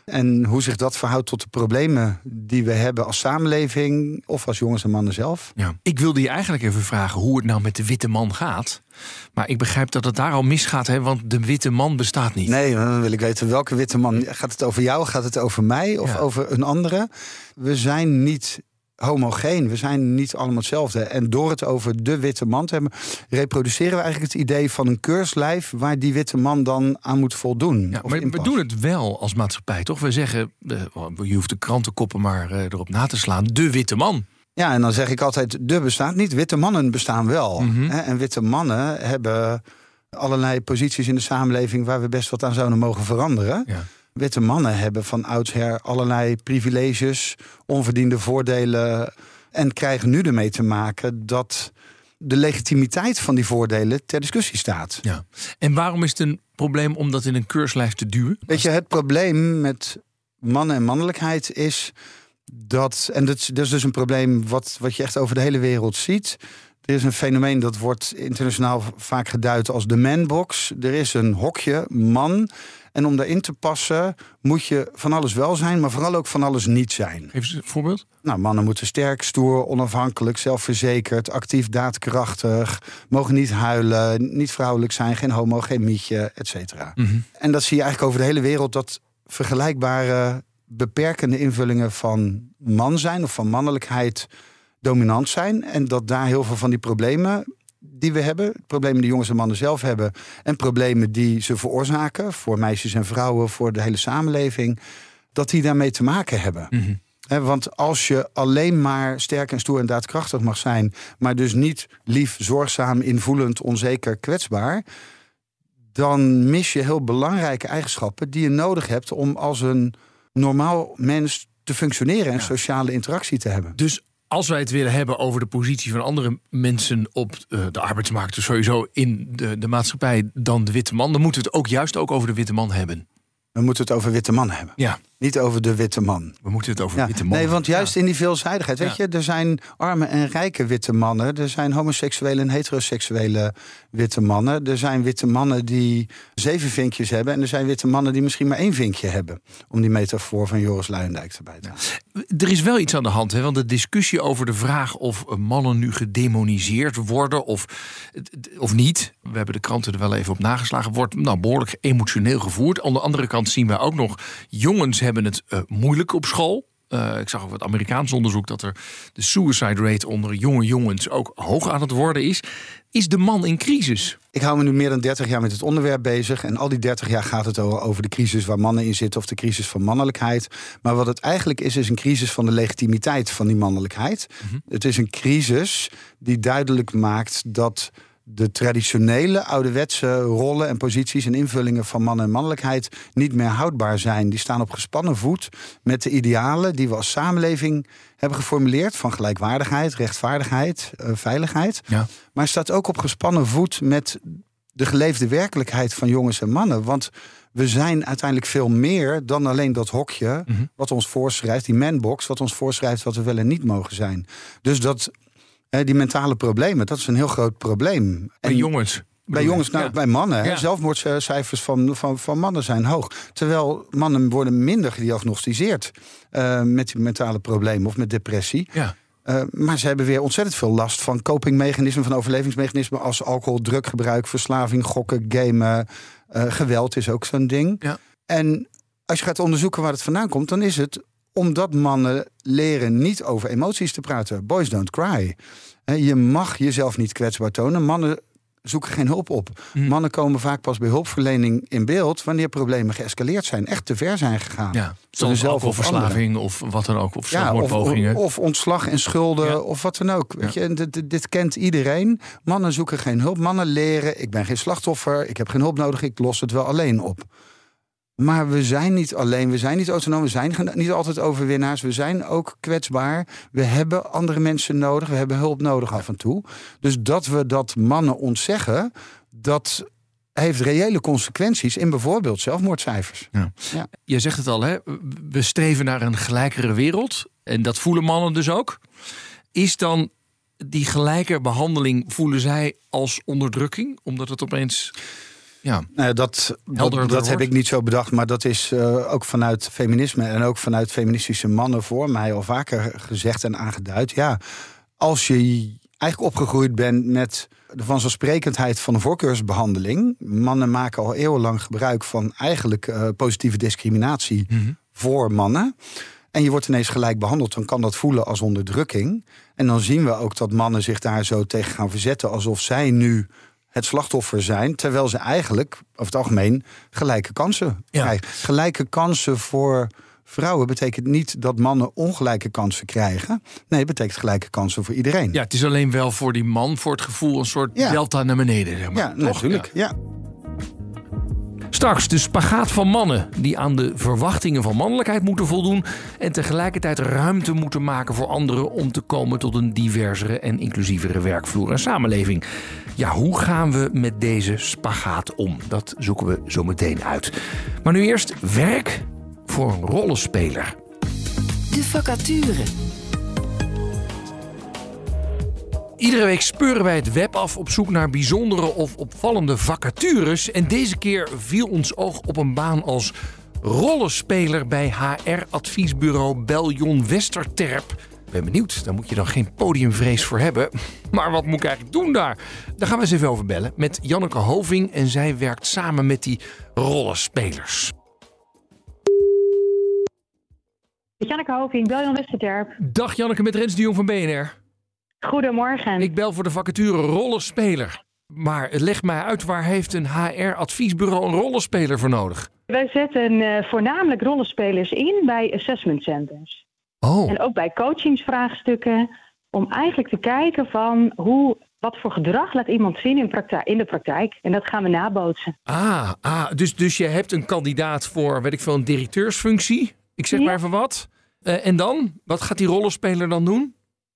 En hoe zich dat verhoudt tot de problemen die we hebben als samenleving of als jongens en mannen zelf. Ja. Ik wilde je eigenlijk even vragen hoe het nou met de witte man gaat. Maar ik begrijp dat het daar al misgaat, hè? Want de witte man bestaat niet. Nee, dan wil ik weten welke witte man. Gaat het over jou, gaat het over mij of ja. over een andere? We zijn niet homogeen, we zijn niet allemaal hetzelfde. En door het over de witte man te hebben, reproduceren we eigenlijk het idee van een keurslijf waar die witte man dan aan moet voldoen. Ja, of maar inpas. we doen het wel als maatschappij, toch? We zeggen, uh, je hoeft de krantenkoppen maar uh, erop na te slaan. De witte man. Ja, en dan zeg ik altijd, de bestaat niet. Witte mannen bestaan wel. Mm-hmm. Hè? En witte mannen hebben allerlei posities in de samenleving waar we best wat aan zouden mogen veranderen. Ja. Witte mannen hebben van oudsher allerlei privileges, onverdiende voordelen en krijgen nu ermee te maken dat de legitimiteit van die voordelen ter discussie staat. Ja. En waarom is het een probleem om dat in een keurslijf te duwen? Weet je, het probleem met mannen en mannelijkheid is dat, en dat is, dat is dus een probleem wat, wat je echt over de hele wereld ziet. Er is een fenomeen dat wordt internationaal vaak geduid als de manbox. Er is een hokje, man. En om daarin te passen moet je van alles wel zijn, maar vooral ook van alles niet zijn. Geef eens een voorbeeld. Nou, mannen moeten sterk, stoer, onafhankelijk, zelfverzekerd, actief, daadkrachtig, mogen niet huilen, niet vrouwelijk zijn, geen homo, geen mietje, et cetera. Mm-hmm. En dat zie je eigenlijk over de hele wereld, dat vergelijkbare beperkende invullingen van man zijn of van mannelijkheid dominant zijn. En dat daar heel veel van die problemen die we hebben, problemen die jongens en mannen zelf hebben, en problemen die ze veroorzaken voor meisjes en vrouwen, voor de hele samenleving, dat die daarmee te maken hebben. Mm-hmm. He, want als je alleen maar sterk en stoer en daadkrachtig mag zijn, maar dus niet lief, zorgzaam, invoelend, onzeker, kwetsbaar, dan mis je heel belangrijke eigenschappen die je nodig hebt om als een normaal mens te functioneren en ja. sociale interactie te hebben. Dus als wij het willen hebben over de positie van andere mensen op uh, de arbeidsmarkt, dus sowieso in de, de maatschappij, dan de witte man, dan moeten we het ook juist ook over de witte man hebben. We moeten het over witte man hebben. Ja. Niet over de witte man. We moeten het over Ja. witte man. Nee, want juist ja. in die veelzijdigheid. Weet Ja. je, er zijn arme en rijke witte mannen. Er zijn homoseksuele en heteroseksuele witte mannen. Er zijn witte mannen die zeven vinkjes hebben. En er zijn witte mannen die misschien maar één vinkje hebben. Om die metafoor van Joris Luijendijk erbij te halen. Er is wel iets aan de hand, hè? Want de discussie over de vraag of mannen nu gedemoniseerd worden of, of niet, we hebben de kranten er wel even op nageslagen, wordt nou, behoorlijk emotioneel gevoerd. Aan de andere kant zien wij ook nog, jongens hebben het uh, moeilijk op school. Uh, ik zag ook wat Amerikaans onderzoek dat er de suicide rate onder jonge jongens ook hoog aan het worden is. Is de man in crisis? Ik hou me nu meer dan dertig jaar met het onderwerp bezig. En al die dertig jaar gaat het over de crisis waar mannen in zitten of de crisis van mannelijkheid. Maar wat het eigenlijk is, is een crisis van de legitimiteit van die mannelijkheid. Mm-hmm. Het is een crisis die duidelijk maakt dat de traditionele ouderwetse rollen en posities en invullingen van man en mannelijkheid niet meer houdbaar zijn. Die staan op gespannen voet met de idealen die we als samenleving hebben geformuleerd van gelijkwaardigheid, rechtvaardigheid, uh, veiligheid. Ja. Maar staat ook op gespannen voet met de geleefde werkelijkheid van jongens en mannen. Want we zijn uiteindelijk veel meer dan alleen dat hokje mm-hmm. wat ons voorschrijft, die manbox, wat ons voorschrijft wat we wel en niet mogen zijn. Dus dat die mentale problemen, dat is een heel groot probleem. Bij en jongens? Bij jongens, nou, ja. bij mannen. Ja. Zelfmoordcijfers van, van, van mannen zijn hoog. Terwijl mannen worden minder gediagnosticeerd uh, met die mentale problemen of met depressie. Ja. Uh, maar ze hebben weer ontzettend veel last van copingmechanismen, van overlevingsmechanismen als alcohol, druggebruik, verslaving, gokken, gamen. Uh, geweld is ook zo'n ding. Ja. En als je gaat onderzoeken waar het vandaan komt, dan is het omdat mannen leren niet over emoties te praten. Boys don't cry. Je mag jezelf niet kwetsbaar tonen. Mannen zoeken geen hulp op. Mm. Mannen komen vaak pas bij hulpverlening in beeld wanneer problemen geëscaleerd zijn. Echt te ver zijn gegaan. Ja, zoals alcoholverslaving of wat dan ook. Of zelfmoordpogingen. Ja, of, of ontslag en schulden ja. of wat dan ook. Weet ja. je, dit, dit kent iedereen. Mannen zoeken geen hulp. Mannen leren, ik ben geen slachtoffer. Ik heb geen hulp nodig. Ik los het wel alleen op. Maar we zijn niet alleen, we zijn niet autonoom, we zijn niet altijd overwinnaars. We zijn ook kwetsbaar. We hebben andere mensen nodig, we hebben hulp nodig af en toe. Dus dat we dat mannen ontzeggen, dat heeft reële consequenties in bijvoorbeeld zelfmoordcijfers. Ja. Ja. Je zegt het al, hè? We streven naar een gelijkere wereld. En dat voelen mannen dus ook. Is dan die gelijke behandeling, voelen zij als onderdrukking? Omdat het opeens Ja. Uh, dat dat, dat heb ik niet zo bedacht, maar dat is uh, ook vanuit feminisme en ook vanuit feministische mannen voor mij al vaker gezegd en aangeduid. Ja, als je eigenlijk opgegroeid bent met de vanzelfsprekendheid van een voorkeursbehandeling. Mannen maken al eeuwenlang gebruik van eigenlijk uh, positieve discriminatie mm-hmm. voor mannen. En je wordt ineens gelijk behandeld, dan kan dat voelen als onderdrukking. En dan zien we ook dat mannen zich daar zo tegen gaan verzetten, alsof zij nu het slachtoffer zijn, terwijl ze eigenlijk over het algemeen gelijke kansen ja. krijgen. Gelijke kansen voor vrouwen betekent niet dat mannen ongelijke kansen krijgen. Nee, het betekent gelijke kansen voor iedereen. Ja, het is alleen wel voor die man, voor het gevoel, een soort ja. delta naar beneden. Zeg maar. Ja, natuurlijk. Ja. Ja. Straks de spagaat van mannen die aan de verwachtingen van mannelijkheid moeten voldoen en tegelijkertijd ruimte moeten maken voor anderen om te komen tot een diversere en inclusievere werkvloer en samenleving. Ja, hoe gaan we met deze spagaat om? Dat zoeken we zo meteen uit. Maar nu eerst werk voor een rollenspeler. De vacature. Iedere week speuren wij het web af op zoek naar bijzondere of opvallende vacatures. En deze keer viel ons oog op een baan als rollenspeler bij H R-adviesbureau Beljon Westerterp. Ik ben benieuwd, daar moet je dan geen podiumvrees voor hebben. Maar wat moet ik eigenlijk doen daar? Daar gaan we eens even over bellen met Janneke Hoving. En zij werkt samen met die rollenspelers. Janneke Hoving, Beljon Westerterp. Dag Janneke, met Rens de Jong van B N R. Goedemorgen. Ik bel voor de vacature rollenspeler. Maar leg mij uit, waar heeft een H R-adviesbureau een rollenspeler voor nodig? Wij zetten uh, voornamelijk rollenspelers in bij assessment centers. Oh. En ook bij coachingsvraagstukken. Om eigenlijk te kijken van hoe, wat voor gedrag laat iemand zien in, praktijk, in de praktijk. En dat gaan we nabootsen. Ah, ah dus, dus je hebt een kandidaat voor, weet ik veel, een directeursfunctie. Ik zeg ja. maar even wat. Uh, en dan? Wat gaat die rollenspeler dan doen?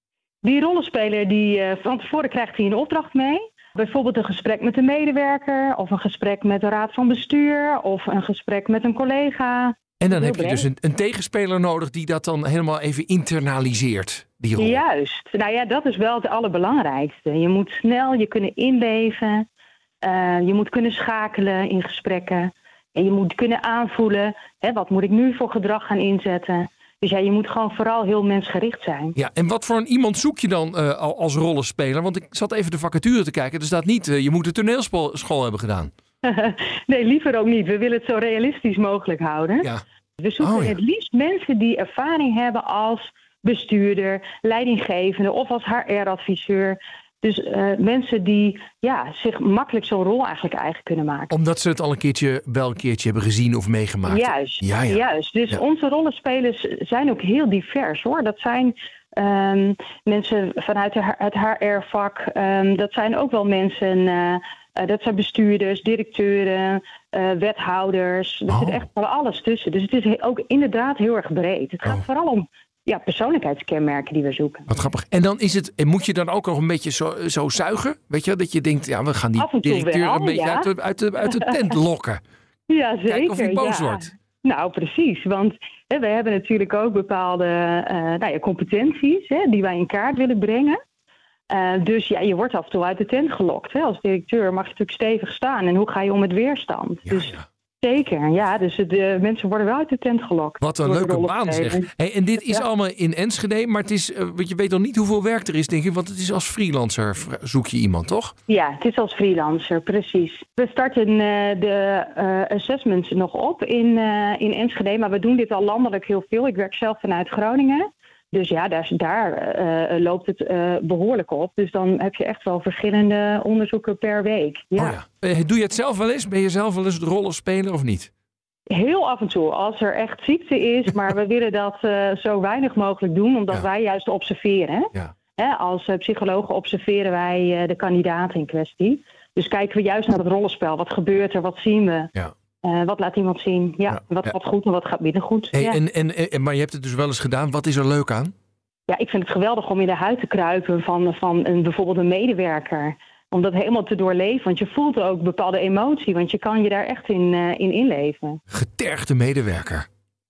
Die rollenspeler, die, uh, van tevoren krijgt hij een opdracht mee. Bijvoorbeeld een gesprek met een medewerker, of een gesprek met de raad van bestuur, of een gesprek met een collega. En dan heb je dus een, een tegenspeler nodig die dat dan helemaal even internaliseert, die rol. Juist. Nou ja, dat is wel het allerbelangrijkste. Je moet snel je kunnen inleven, uh, je moet kunnen schakelen in gesprekken. En je moet kunnen aanvoelen, hè, wat moet ik nu voor gedrag gaan inzetten. Dus ja, je moet gewoon vooral heel mensgericht zijn. Ja, en wat voor een iemand zoek je dan uh, als rollenspeler? Want ik zat even de vacature te kijken. Er staat niet, uh, je moet de toneelschool hebben gedaan. Nee, liever ook niet. We willen het zo realistisch mogelijk houden. Ja. We zoeken oh, ja. het liefst mensen die ervaring hebben als bestuurder, leidinggevende of als H R-adviseur. Dus uh, mensen die ja, zich makkelijk zo'n rol eigenlijk eigen kunnen maken. Omdat ze het al een keertje, wel een keertje hebben gezien of meegemaakt. Juist, ja, ja. juist. Dus ja. onze rollenspelers zijn ook heel divers hoor. Dat zijn um, mensen vanuit de, het H R-vak. Um, dat zijn ook wel mensen, uh, uh, dat zijn bestuurders, directeuren, uh, wethouders. Er oh. zit echt van alles tussen. Dus het is ook inderdaad heel erg breed. Het gaat oh. vooral om ja, persoonlijkheidskenmerken die we zoeken. Wat grappig. En dan is het, en moet je dan ook nog een beetje zo, zo zuigen? Weet je, dat je denkt, ja, we gaan die directeur wel, een beetje ja. uit, de, uit, de, uit de tent lokken. Ja, zeker. Kijken of hij boos ja. wordt. Nou, precies. Want hè, we hebben natuurlijk ook bepaalde uh, nou ja, competenties hè, die wij in kaart willen brengen. Uh, dus ja, je wordt af en toe uit de tent gelokt. Hè. Als directeur mag je natuurlijk stevig staan. En hoe ga je om met weerstand? Ja, dus, ja. Zeker, ja. Dus de mensen worden wel uit de tent gelokt. Wat een leuke baan zeg. Hey, en dit is ja. allemaal in Enschede, maar het is, uh, je weet nog niet hoeveel werk er is, denk ik. Want het is als freelancer zoek je iemand, toch? Ja, het is als freelancer, precies. We starten uh, de uh, assessments nog op in, uh, in Enschede, maar we doen dit al landelijk heel veel. Ik werk zelf vanuit Groningen. Dus ja, daar, daar uh, loopt het uh, behoorlijk op. Dus dan heb je echt wel verschillende onderzoeken per week. Ja. Oh ja. Doe je het zelf wel eens? Ben je zelf wel eens de rollenspeler of niet? Heel af en toe, als er echt ziekte is. Maar we willen dat uh, zo weinig mogelijk doen, omdat ja. wij juist observeren. Ja. Hè, als uh, psychologen observeren wij uh, de kandidaat in kwestie. Dus kijken we juist naar het rollenspel. Wat gebeurt er? Wat zien we? Ja. Uh, wat laat iemand zien? Ja, ja. Wat gaat ja. goed en wat gaat minder goed. Hey, ja. en, en, en, maar je hebt het dus wel eens gedaan. Wat is er leuk aan? Ja, ik vind het geweldig om in de huid te kruipen van, van een, bijvoorbeeld een medewerker. Om dat helemaal te doorleven. Want je voelt ook bepaalde emotie. Want je kan je daar echt in, uh, in inleven. Getergde medewerker.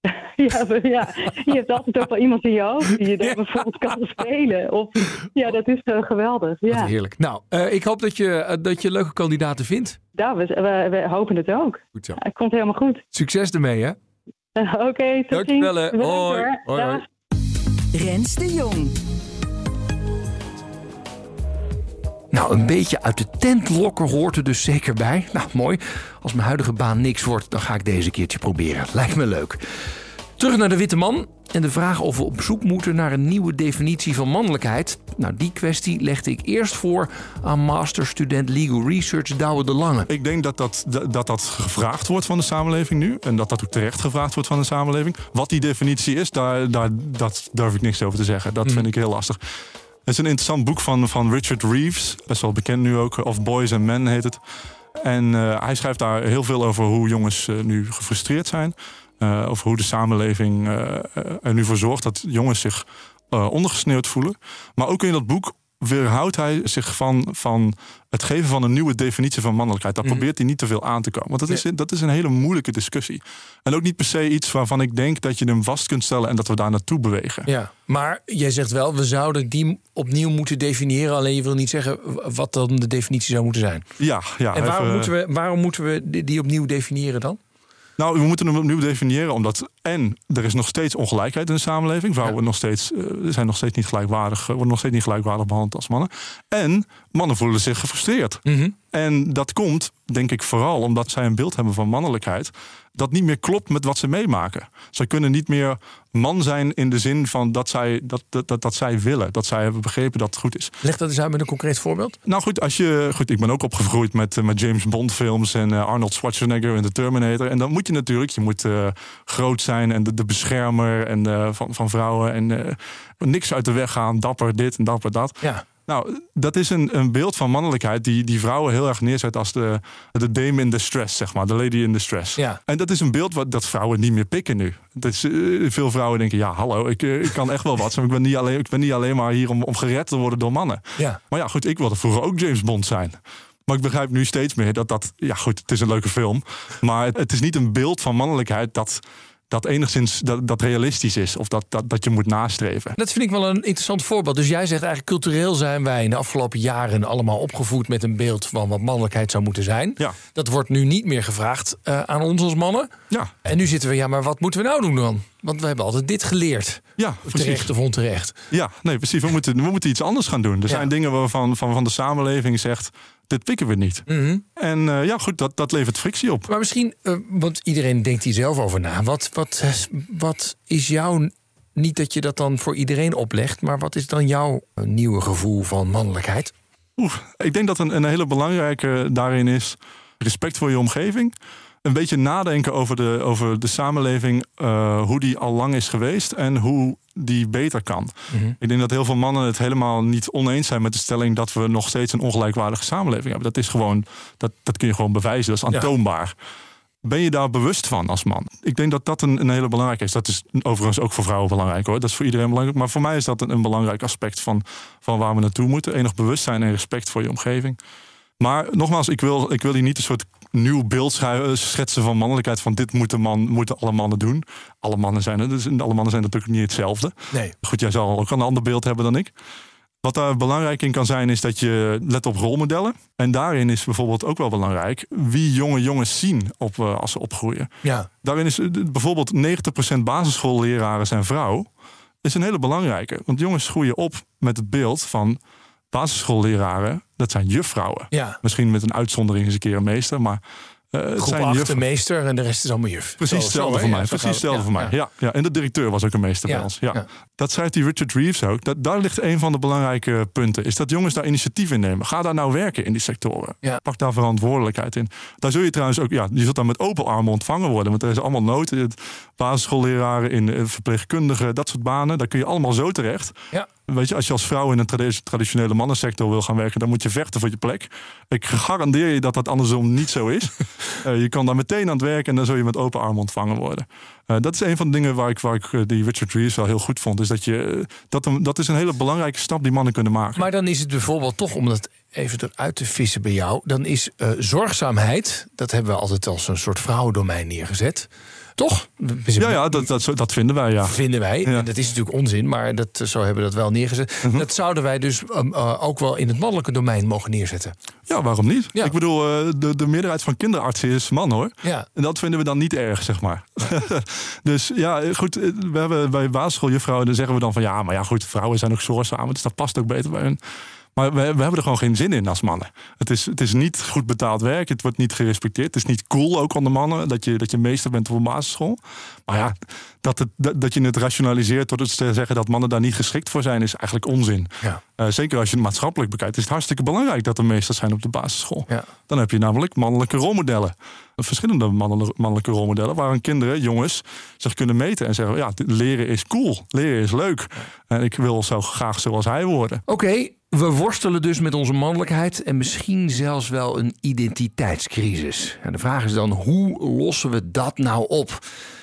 ja, ja, je hebt altijd ook wel iemand in je hoofd die je dan ja. bijvoorbeeld kan spelen. Of, ja, dat is uh, geweldig. Ja. Wat heerlijk. Nou, uh, ik hoop dat je, uh, dat je leuke kandidaten vindt. Ja, we, we, we hopen het ook. Goed zo. Het komt helemaal goed. Succes ermee, hè? Uh, Oké, okay, tot ziens. Dankjewel. Hoi. Hoi, hoi. Rens de Jong. Nou, een beetje uit de tent lokken hoort er dus zeker bij. Nou, mooi. Als mijn huidige baan niks wordt, dan ga ik deze keertje proberen. Lijkt me leuk. Terug naar de witte man en de vraag of we op zoek moeten naar een nieuwe definitie van mannelijkheid. Nou, die kwestie legde ik eerst voor aan masterstudent Legal Research Douwe de Lange. Ik denk dat dat, dat dat gevraagd wordt van de samenleving nu. En dat dat ook terecht gevraagd wordt van de samenleving. Wat die definitie is, daar, daar dat durf ik niks over te zeggen. Dat mm. vind ik heel lastig. Het is een interessant boek van, van Richard Reeves. Best wel bekend nu ook. Of Boys and Men heet het. En uh, hij schrijft daar heel veel over hoe jongens uh, nu gefrustreerd zijn. Uh, over hoe de samenleving uh, er nu voor zorgt dat jongens zich uh, ondergesneeuwd voelen. Maar ook in dat boek weerhoudt hij zich van, van het geven van een nieuwe definitie van mannelijkheid. Daar mm. probeert hij niet te veel aan te komen. Want dat is, dat is een hele moeilijke discussie. En ook niet per se iets waarvan ik denk dat je hem vast kunt stellen en dat we daar naartoe bewegen. Ja, maar jij zegt wel, we zouden die opnieuw moeten definiëren. Alleen je wil niet zeggen wat dan de definitie zou moeten zijn. Ja, ja. En waarom, even, moeten we, waarom moeten we die opnieuw definiëren dan? Nou, we moeten hem opnieuw definiëren, omdat en er is nog steeds ongelijkheid in de samenleving. Vrouwen ja. nog steeds, uh, zijn nog steeds niet gelijkwaardig, worden nog steeds niet gelijkwaardig behandeld als mannen. En mannen voelen zich gefrustreerd. Mm-hmm. En dat komt, denk ik, vooral omdat zij een beeld hebben van mannelijkheid dat niet meer klopt met wat ze meemaken. Zij kunnen niet meer man zijn in de zin van dat zij, dat, dat, dat, dat zij willen. Dat zij hebben begrepen dat het goed is. Leg dat eens uit met een concreet voorbeeld. Nou goed, als je, goed ik ben ook opgegroeid met, met James Bond films en uh, Arnold Schwarzenegger in The Terminator. En dan moet je natuurlijk, je moet uh, groot zijn en de, de beschermer en, uh, van, van vrouwen. En uh, niks uit de weg gaan, dapper dit en dapper dat. Ja. Nou, dat is een, een beeld van mannelijkheid die, die vrouwen heel erg neerzet als de, de dame in distress, zeg maar. De lady in distress. Ja. En dat is een beeld wat dat vrouwen niet meer pikken nu. Dat is, uh, veel vrouwen denken, ja, hallo, ik, uh, ik kan echt wel wat. Maar ik ben niet alleen, ik ben niet alleen maar hier om, om gered te worden door mannen. Ja. Maar ja, goed, ik wilde vroeger ook James Bond zijn. Maar ik begrijp nu steeds meer dat dat... Ja, goed, het is een leuke film. Maar het, het is niet een beeld van mannelijkheid dat... dat enigszins dat, dat realistisch is of dat, dat, dat je moet nastreven. Dat vind ik wel een interessant voorbeeld. Dus jij zegt eigenlijk cultureel zijn wij in de afgelopen jaren allemaal opgevoed met een beeld van wat mannelijkheid zou moeten zijn. Ja. Dat wordt nu niet meer gevraagd uh, aan ons als mannen. Ja. En nu zitten we, ja, maar wat moeten we nou doen dan? Want we hebben altijd dit geleerd. Ja, precies. Terecht of onterecht. Ja, nee, precies. We moeten, we moeten iets anders gaan doen. Er ja. zijn dingen waarvan van, van de samenleving zegt, dit pikken we niet. Mm-hmm. En uh, ja, goed, dat, dat levert frictie op. Maar misschien, uh, want iedereen denkt hier zelf over na. Wat, wat, wat is jouw, niet dat je dat dan voor iedereen oplegt, maar wat is dan jouw nieuwe gevoel van mannelijkheid? Oeh, ik denk dat een, een hele belangrijke daarin is respect voor je omgeving. Een beetje nadenken over de, over de samenleving, uh, hoe die al lang is geweest en hoe die beter kan. Mm-hmm. Ik denk dat heel veel mannen het helemaal niet oneens zijn met de stelling dat we nog steeds een ongelijkwaardige samenleving hebben. Dat is gewoon, dat, dat kun je gewoon bewijzen, dat is aantoonbaar. Ja. Ben je daar bewust van als man? Ik denk dat dat een, een hele belangrijke is. Dat is overigens ook voor vrouwen belangrijk hoor. Dat is voor iedereen belangrijk. Maar voor mij is dat een, een belangrijk aspect van, van waar we naartoe moeten. Enig bewustzijn en respect voor je omgeving. Maar nogmaals, ik wil, ik wil hier niet een soort nieuw beeld schetsen van mannelijkheid. Van dit moeten, man, moeten alle mannen doen. Alle mannen zijn er. Dus alle mannen zijn natuurlijk niet hetzelfde. Nee. Goed, jij zal ook een ander beeld hebben dan ik. Wat daar belangrijk in kan zijn, is dat je let op rolmodellen. En daarin is bijvoorbeeld ook wel belangrijk wie jonge jongens zien op, uh, als ze opgroeien. Ja. Daarin is uh, bijvoorbeeld negentig procent basisschoolleraren zijn vrouw. Is een hele belangrijke. Want jongens groeien op met het beeld van basisschoolleraren, dat zijn juffrouwen. Ja. Misschien met een uitzondering eens een keer een meester, maar uh, het groep zijn acht juf... de meester en de rest is allemaal juf. Precies Zo, hetzelfde zo, voor ja, mij. ja, Precies hetzelfde ja, voor mij. ja. Ja, ja. En de directeur was ook een meester ja, bij ons. Ja. ja. Dat schrijft die Richard Reeves ook. Dat, daar ligt een van de belangrijke punten. Is dat jongens daar initiatief in nemen. Ga daar nou werken in die sectoren. Ja. Pak daar verantwoordelijkheid in. Daar zul je trouwens ook, ja, je zult daar met open armen ontvangen worden. Want er is allemaal nood. Basisschoolleraren, in verpleegkundigen, dat soort banen. Daar kun je allemaal zo terecht. Ja. Weet je, als je als vrouw in een traditionele mannensector wil gaan werken, dan moet je vechten voor je plek. Ik garandeer je dat dat andersom niet zo is. uh, je kan daar meteen aan het werken en dan zul je met open armen ontvangen worden. Uh, dat is een van de dingen waar ik, waar ik uh, die Richard Reeves wel heel goed vond. Is dat, je, uh, dat, een, dat is een hele belangrijke stap die mannen kunnen maken. Maar dan is het bijvoorbeeld toch, om dat even eruit te vissen bij jou, dan is uh, zorgzaamheid, dat hebben we altijd als een soort vrouwendomein neergezet. Toch? Ja, ja dat, dat, dat vinden wij, ja. Vinden wij. Ja. En dat is natuurlijk onzin, maar dat, zo hebben we dat wel neergezet. Uh-huh. Dat zouden wij dus um, uh, ook wel in het mannelijke domein mogen neerzetten. Ja, waarom niet? Ja. Ik bedoel, uh, de, de meerderheid van kinderartsen is man, hoor. Ja. En dat vinden we dan niet erg, zeg maar. Dus ja, goed, we hebben bij basisschooljuffrouwen, dan zeggen we dan van ja, maar ja, goed, vrouwen zijn ook zorgzaam, dus dat past ook beter bij hun. Maar we, we hebben er gewoon geen zin in als mannen. Het is, het is niet goed betaald werk. Het wordt niet gerespecteerd. Het is niet cool ook onder mannen dat je, dat je meester bent op een basisschool. Maar ja, dat, het, dat, dat je het rationaliseert door het te zeggen dat mannen daar niet geschikt voor zijn, is eigenlijk onzin. Ja. Uh, zeker als je het maatschappelijk bekijkt, is het hartstikke belangrijk dat er meesters zijn op de basisschool. Ja. Dan heb je namelijk mannelijke rolmodellen. Verschillende mannelijke rolmodellen waarin kinderen, jongens, zich kunnen meten en zeggen: ja, leren is cool, leren is leuk. En ik wil zo graag zoals hij worden. Oké. Okay. We worstelen dus met onze mannelijkheid en misschien zelfs wel een identiteitscrisis. En de vraag is dan, hoe lossen we dat nou op?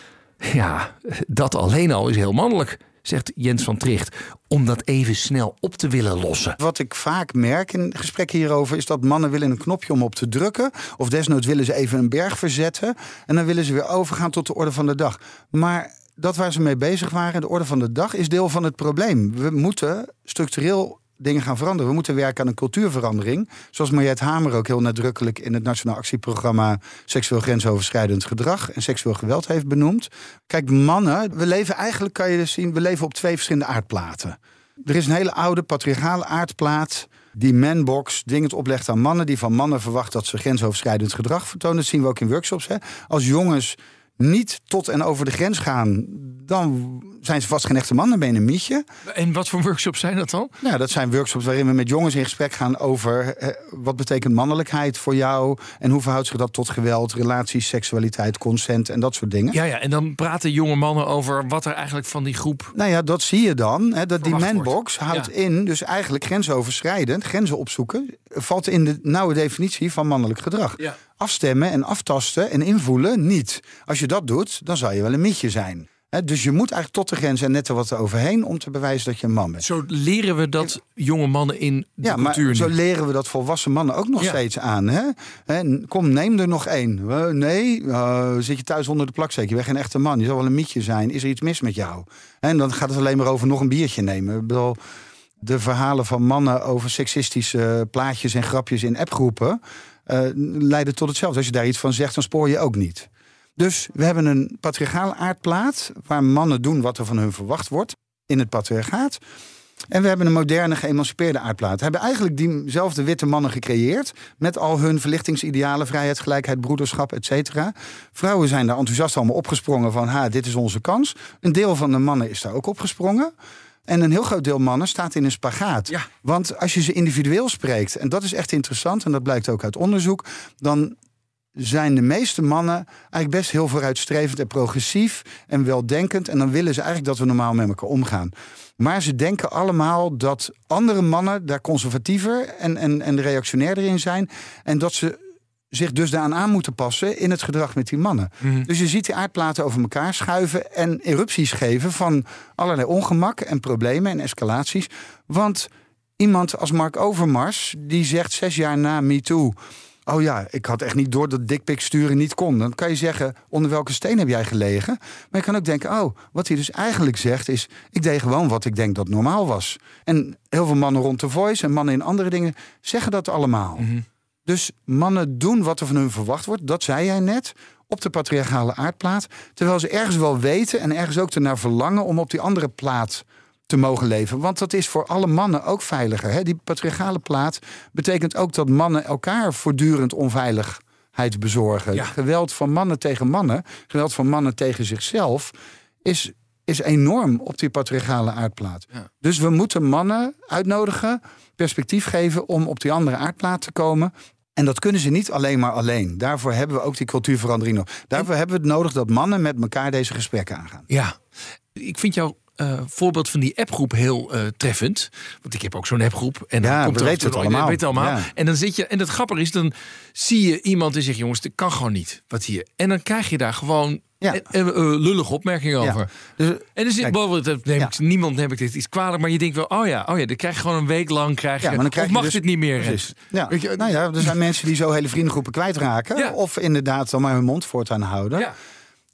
Ja, dat alleen al is heel mannelijk, zegt Jens van Tricht, om dat even snel op te willen lossen. Wat ik vaak merk in gesprekken hierover is dat mannen willen een knopje om op te drukken. Of desnoods willen ze even een berg verzetten. En dan willen ze weer overgaan tot de orde van de dag. Maar dat waar ze mee bezig waren, de orde van de dag, is deel van het probleem. We moeten structureel dingen gaan veranderen. We moeten werken aan een cultuurverandering. Zoals Mariette Hamer ook heel nadrukkelijk in het Nationaal Actieprogramma Seksueel Grensoverschrijdend Gedrag en Seksueel Geweld heeft benoemd. Kijk, mannen, we leven eigenlijk, kan je dus zien, we leven op twee verschillende aardplaten. Er is een hele oude patriarchale aardplaat die manbox dwingend oplegt aan mannen, die van mannen verwacht dat ze grensoverschrijdend gedrag vertonen. Dat zien we ook in workshops. Hè. Als jongens niet tot en over de grens gaan, dan zijn ze vast geen echte man, dan ben je een mietje. En wat voor workshops zijn dat dan? Nou, dat zijn workshops waarin we met jongens in gesprek gaan over eh, wat betekent mannelijkheid voor jou en hoe verhoudt zich dat tot geweld, relaties, seksualiteit, consent en dat soort dingen. Ja, ja, en dan praten jonge mannen over wat er eigenlijk van die groep. Nou ja, dat zie je dan. Hè, dat die manbox wordt. houdt Ja. in, dus eigenlijk grensoverschrijdend, grenzen opzoeken, valt in de nauwe definitie van mannelijk gedrag. Ja. Afstemmen en aftasten en invoelen niet. Als je dat doet, dan zou je wel een mietje zijn. He, dus je moet eigenlijk tot de grens en net er wat overheen om te bewijzen dat je een man bent. Zo leren we dat jonge mannen in de ja, cultuur maar zo nu. leren we dat volwassen mannen ook nog Ja. steeds aan. Hè? He, kom, neem er nog één. Uh, nee, uh, zit je thuis onder de plakzeek. Je bent geen echte man. Je zal wel een mietje zijn. Is er iets mis met jou? En dan gaat het alleen maar over nog een biertje nemen. Ik bedoel, de verhalen van mannen over seksistische plaatjes en grapjes in appgroepen uh, leiden tot hetzelfde. Als je daar iets van zegt, dan spoor je ook niet. Dus we hebben een patriarchale aardplaat waar mannen doen wat er van hun verwacht wordt in het patriarchaat. En we hebben een moderne, geëmancipeerde aardplaat. We hebben eigenlijk diezelfde witte mannen gecreëerd met al hun verlichtingsidealen, vrijheid, gelijkheid, broederschap, et cetera. Vrouwen zijn daar enthousiast allemaal opgesprongen van, ha, dit is onze kans. Een deel van de mannen is daar ook opgesprongen. En een heel groot deel mannen staat in een spagaat. Ja. Want als je ze individueel spreekt, en dat is echt interessant, en dat blijkt ook uit onderzoek, dan zijn de meeste mannen eigenlijk best heel vooruitstrevend en progressief en weldenkend. En dan willen ze eigenlijk dat we normaal met elkaar omgaan. Maar ze denken allemaal dat andere mannen daar conservatiever en, en, en reactionairder in zijn. En dat ze zich dus daaraan aan moeten passen in het gedrag met die mannen. Mm-hmm. Dus je ziet die aardplaten over elkaar schuiven en erupties geven van allerlei ongemak en problemen en escalaties. Want iemand als Mark Overmars, die zegt zes jaar na MeToo, oh ja, ik had echt niet door dat dickpic sturen niet kon. Dan kan je zeggen, onder welke steen heb jij gelegen? Maar je kan ook denken, oh, wat hij dus eigenlijk zegt is, ik deed gewoon wat ik denk dat normaal was. En heel veel mannen rond The Voice en mannen in andere dingen zeggen dat allemaal. Mm-hmm. Dus mannen doen wat er van hun verwacht wordt, dat zei jij net, op de patriarchale aardplaat. Terwijl ze ergens wel weten en ergens ook ernaar verlangen om op die andere plaat te mogen leven. Want dat is voor alle mannen ook veiliger. Hè? Die patriarchale plaat betekent ook dat mannen elkaar voortdurend onveiligheid bezorgen. Ja. Geweld van mannen tegen mannen, geweld van mannen tegen zichzelf, is, is enorm op die patriarchale aardplaat. Ja. Dus we moeten mannen uitnodigen, perspectief geven om op die andere aardplaat te komen. En dat kunnen ze niet alleen maar alleen. Daarvoor hebben we ook die cultuurverandering nog. Daarvoor hebben we het nodig dat mannen met elkaar deze gesprekken aangaan. Ja, ik vind jouw uh, voorbeeld van die appgroep heel uh, treffend. Want ik heb ook zo'n appgroep. En dan Ja, komt we er weten het er- allemaal. we weten het allemaal. Ja. En dan zit je, en het grappige is, dan zie je iemand die zegt, jongens, dit kan gewoon niet. Wat hier. En dan krijg je daar gewoon Ja. uh, uh, lullige opmerkingen Ja. over. Dus, En er zit kijk, bijvoorbeeld, neem ja. ik, niemand neem ik dit iets kwalijk, maar je denkt wel, oh ja, oh ja, dan krijg je gewoon een week lang, krijg je, Ja, maar dan krijg of je mag dus- dit niet meer? Precies. Ja. Weet je, Nou ja, er zijn mensen die zo hele vriendengroepen kwijtraken. Ja. Of inderdaad dan maar hun mond voortaan houden. Ja.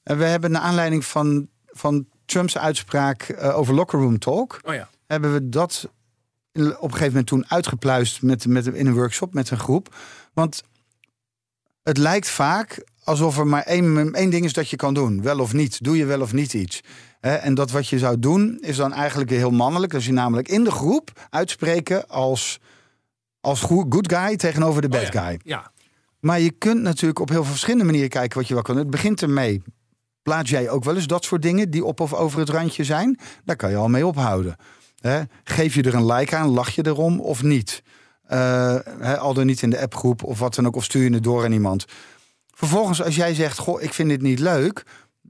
En we hebben naar aanleiding van, van Trumps uitspraak uh, over locker room talk... Oh ja. hebben we dat op een gegeven moment toen uitgepluist met, met, in een workshop met een groep. Want het lijkt vaak alsof er maar één, één ding is dat je kan doen. Wel of niet. Doe je wel of niet iets. He, en dat wat je zou doen is dan eigenlijk heel mannelijk. Dus je namelijk in de groep uitspreken als, als good guy tegenover de bad oh ja. guy. Ja. Maar je kunt natuurlijk op heel veel verschillende manieren kijken wat je wel kan doen. Het begint ermee. Plaats jij ook wel eens dat soort dingen die op of over het randje zijn? Daar kan je al mee ophouden. He, geef je er een like aan, lach je erom of niet? Uh, he, al dan niet in de appgroep of wat dan ook, of stuur je het door aan iemand. Vervolgens, als jij zegt, goh, ik vind dit niet leuk,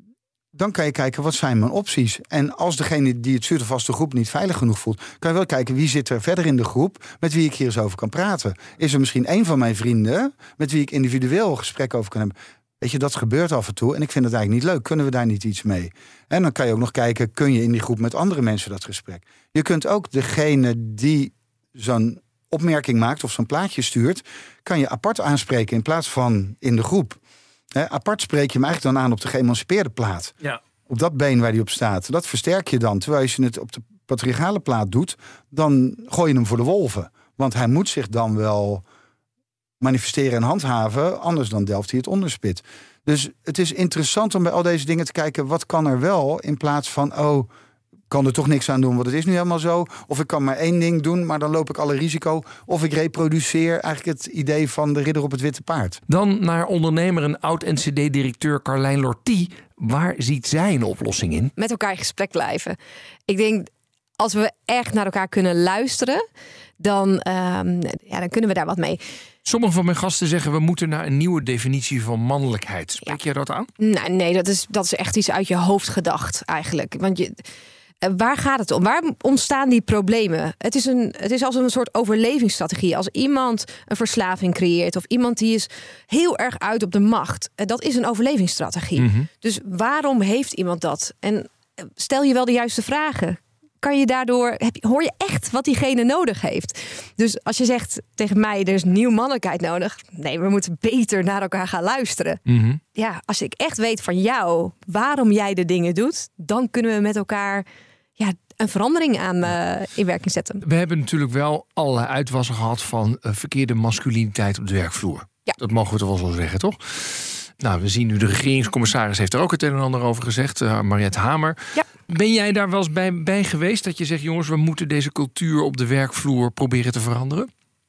dan kan je kijken, wat zijn mijn opties? En als degene die het stuurt of als de groep niet veilig genoeg voelt, kan je wel kijken, wie zit er verder in de groep met wie ik hier eens over kan praten? Is er misschien een van mijn vrienden met wie ik individueel een gesprek over kan hebben? Weet je, dat gebeurt af en toe en ik vind het eigenlijk niet leuk. Kunnen we daar niet iets mee? En dan kan je ook nog kijken, kun je in die groep met andere mensen dat gesprek? Je kunt ook degene die zo'n opmerking maakt of zo'n plaatje stuurt, kan je apart aanspreken in plaats van in de groep. He, apart spreek je hem eigenlijk dan aan op de geëmancipeerde plaat. Ja. Op dat been waar die op staat. Dat versterk je dan. Terwijl als je het op de patriarchale plaat doet, dan gooi je hem voor de wolven. Want hij moet zich dan wel manifesteren en handhaven, anders dan delft hij het onderspit. Dus het is interessant om bij al deze dingen te kijken, wat kan er wel, in plaats van, oh, kan er toch niks aan doen, want het is nu helemaal zo. Of ik kan maar één ding doen, maar dan loop ik alle risico. Of ik reproduceer eigenlijk het idee van de ridder op het witte paard. Dan naar ondernemer en oud-N C D-directeur Carlijn Lortie. Waar ziet zij een oplossing in? Met elkaar in gesprek blijven. Ik denk, als we echt naar elkaar kunnen luisteren, dan, um, ja, dan kunnen we daar wat mee. Sommige van mijn gasten zeggen, we moeten naar een nieuwe definitie van mannelijkheid. Spreek ja. jij dat aan? Nou, nee, dat is, dat is echt iets uit je hoofd gedacht eigenlijk. Want je... Waar gaat het om? Waar ontstaan die problemen? Het is, een, het is als een soort overlevingsstrategie. Als iemand een verslaving creëert of iemand die is heel erg uit op de macht, dat is een overlevingsstrategie. Mm-hmm. Dus waarom heeft iemand dat? En stel je wel de juiste vragen. Kan je daardoor, heb je, hoor je echt wat diegene nodig heeft? Dus als je zegt tegen mij, er is nieuw mannelijkheid nodig. Nee, we moeten beter naar elkaar gaan luisteren. Mm-hmm. Ja, als ik echt weet van jou waarom jij de dingen doet, dan kunnen we met elkaar ja, een verandering aan uh, in werking zetten. We hebben natuurlijk wel allerlei uitwassen gehad van uh, verkeerde masculiniteit op de werkvloer. Ja. Dat mogen we toch wel zo zeggen, toch? Nou, we zien nu de regeringscommissaris heeft er ook het een en ander over gezegd. Uh, Mariette Hamer. Ja. Ben jij daar wel eens bij, bij geweest dat je zegt, jongens, we moeten deze cultuur op de werkvloer proberen te veranderen?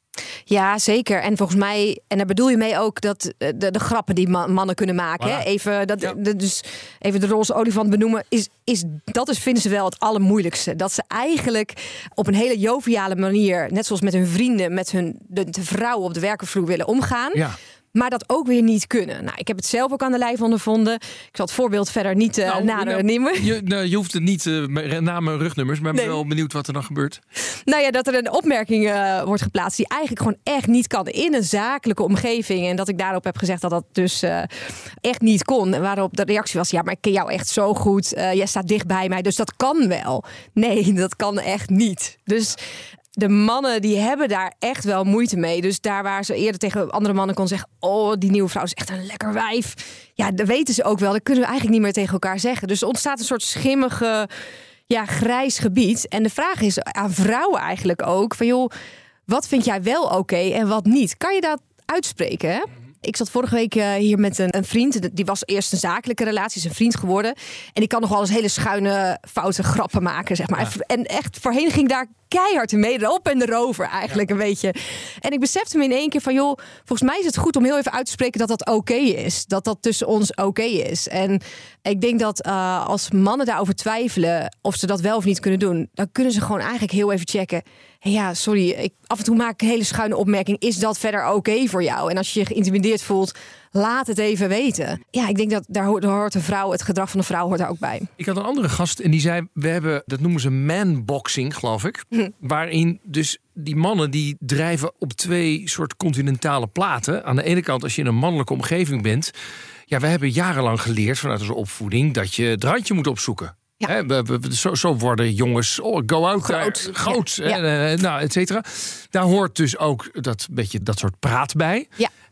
Ja, zeker. En volgens mij, en daar bedoel je mee ook dat de, de grappen die man, mannen kunnen maken. Voilà. Hè? Even, dat, ja. de, dus even de roze olifant benoemen. Is, is, dat is, vinden ze wel het allermoeilijkste. Dat ze eigenlijk op een hele joviale manier, net zoals met hun vrienden, met hun de, de vrouwen op de werkvloer willen omgaan. Ja. Maar dat ook weer niet kunnen. Nou, ik heb het zelf ook aan de lijf ondervonden. Ik zal het voorbeeld verder niet uh, nou, nader nou, nemen. Je, nou, je hoeft het niet uh, namen en rugnummers, maar ik ben nee. wel benieuwd wat er dan gebeurt. Nou ja, dat er een opmerking uh, wordt geplaatst die eigenlijk gewoon echt niet kan in een zakelijke omgeving. En dat ik daarop heb gezegd dat dat dus uh, echt niet kon. En waarop de reactie was, ja, maar ik ken jou echt zo goed. Uh, jij staat dicht bij mij, dus dat kan wel. Nee, dat kan echt niet. Dus de mannen die hebben daar echt wel moeite mee. Dus daar waar ze eerder tegen andere mannen kon zeggen, oh, die nieuwe vrouw is echt een lekker wijf. Ja, dat weten ze ook wel. Dat kunnen we eigenlijk niet meer tegen elkaar zeggen. Dus er ontstaat een soort schimmige, ja, grijs gebied. En de vraag is aan vrouwen eigenlijk ook, van joh, wat vind jij wel oké okay en wat niet? Kan je dat uitspreken, hè? Ik zat vorige week uh, hier met een, een vriend. Die was eerst een zakelijke relatie, is een vriend geworden. En die kan nog wel eens hele schuine, foute grappen maken, zeg maar. Ja. En echt, voorheen ging daar keihard in mee, erop en erover eigenlijk ja. een beetje. En ik besefte me in één keer van, joh, volgens mij is het goed om heel even uit te spreken dat dat oké okay is. Dat dat tussen ons oké okay is. En ik denk dat uh, als mannen daarover twijfelen of ze dat wel of niet kunnen doen, dan kunnen ze gewoon eigenlijk heel even checken. Hey, ja, sorry, ik, af en toe maak ik een hele schuine opmerking. Is dat verder oké okay voor jou? En als je je geïntimideerd voelt, laat het even weten. Ja, ik denk dat daar hoort, daar hoort een vrouw, het gedrag van een vrouw hoort daar ook bij. Ik had een andere gast en die zei, we hebben, dat noemen ze manboxing, geloof ik. Hm. Waarin dus die mannen die drijven op twee soort continentale platen. Aan de ene kant, als je in een mannelijke omgeving bent, ja, we hebben jarenlang geleerd vanuit onze opvoeding dat je het randje moet opzoeken. Ja. He, we, we, zo, zo worden jongens, oh, go out, groot, daar, groot ja. en, uh, nou, et cetera. Daar hoort dus ook dat beetje dat soort praat bij. Ja.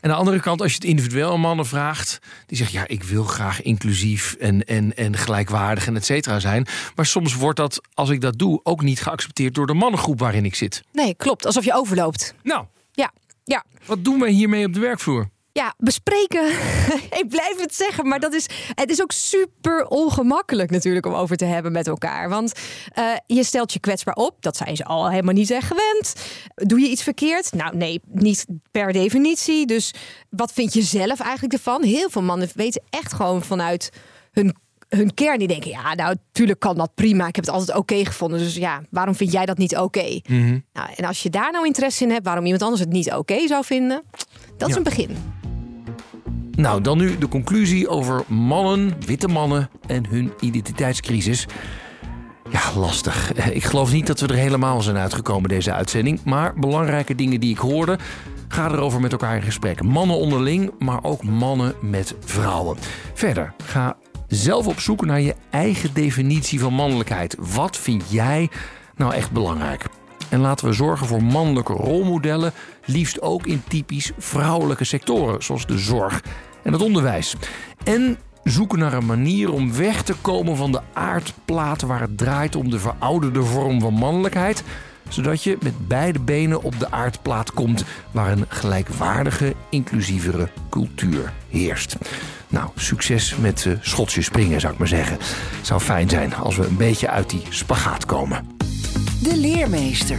aan de andere kant, als je het individueel aan mannen vraagt, die zeggen, ja, ik wil graag inclusief en, en, en gelijkwaardig en et cetera zijn. Maar soms wordt dat, als ik dat doe, ook niet geaccepteerd door de mannengroep waarin ik zit. Nee, klopt. Alsof je overloopt. Nou, ja, ja. Wat doen wij hiermee op de werkvloer? Ja, bespreken. Ik blijf het zeggen, maar dat is, het is ook super ongemakkelijk natuurlijk om over te hebben met elkaar. Want uh, je stelt je kwetsbaar op. Dat zijn ze al helemaal niet echt gewend. Doe je iets verkeerd? Nou nee, niet per definitie. Dus wat vind je zelf eigenlijk ervan? Heel veel mannen weten echt gewoon vanuit hun, hun kern. Die denken, ja, nou, tuurlijk kan dat prima. Ik heb het altijd oké okay gevonden. Dus ja, waarom vind jij dat niet oké? Okay? Mm-hmm. Nou, en als je daar nou interesse in hebt, waarom iemand anders het niet oké okay zou vinden? Dat is ja. een begin. Nou, dan nu de conclusie over mannen, witte mannen en hun identiteitscrisis. Ja, lastig. Ik geloof niet dat we er helemaal zijn uitgekomen deze uitzending. Maar belangrijke dingen die ik hoorde, ga erover met elkaar in gesprek. Mannen onderling, maar ook mannen met vrouwen. Verder, ga zelf op zoek naar je eigen definitie van mannelijkheid. Wat vind jij nou echt belangrijk? En laten we zorgen voor mannelijke rolmodellen, liefst ook in typisch vrouwelijke sectoren, zoals de zorg en het onderwijs. En zoeken naar een manier om weg te komen van de aardplaat waar het draait om de verouderde vorm van mannelijkheid, zodat je met beide benen op de aardplaat komt waar een gelijkwaardige, inclusievere cultuur heerst. Nou, succes met uh, Schotse springen, zou ik maar zeggen. Het zou fijn zijn als we een beetje uit die spagaat komen. De leermeester.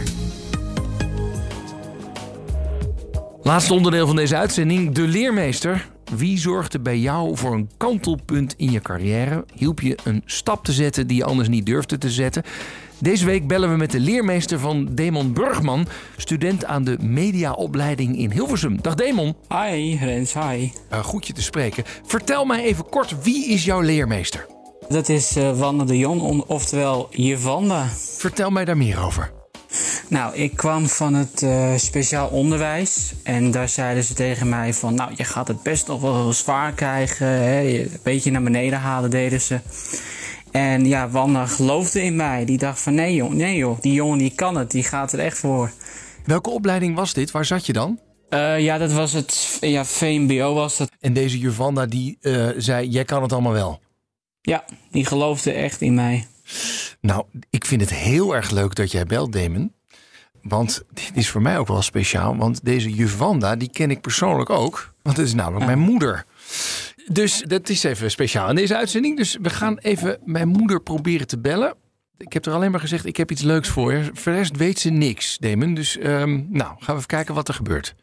Laatste onderdeel van deze uitzending, de leermeester. Wie zorgde bij jou voor een kantelpunt in je carrière? Hielp je een stap te zetten die je anders niet durfde te zetten? Deze week bellen we met de leermeester van Damon Burgman, student aan de mediaopleiding in Hilversum. Dag Damon. Hi, Rens, hi. Uh, goed je te spreken. Vertel mij even kort, wie is jouw leermeester? Dat is uh, Wanda de Jong, oftewel Jevanda. Vertel mij daar meer over. Nou, ik kwam van het uh, speciaal onderwijs. En daar zeiden ze tegen mij van, nou, je gaat het best nog wel zwaar krijgen. Hè? Een beetje naar beneden halen deden ze. En ja, Wanda geloofde in mij. Die dacht van, nee joh, nee joh, die jongen die kan het, die gaat er echt voor. Welke opleiding was dit? Waar zat je dan? Uh, ja, dat was het, ja, V M B O was dat. En deze Jevanda die uh, zei, jij kan het allemaal wel? Ja, die geloofde echt in mij. Nou, ik vind het heel erg leuk dat jij belt, Damon. Want dit is voor mij ook wel speciaal. Want deze Jevanda, die ken ik persoonlijk ook. Want het is namelijk ja. mijn moeder. Dus dat is even speciaal in deze uitzending. Dus we gaan even mijn moeder proberen te bellen. Ik heb er alleen maar gezegd, ik heb iets leuks voor je. Voor de rest weet ze niks, Damon. Dus um, nou, gaan we even kijken wat er gebeurt.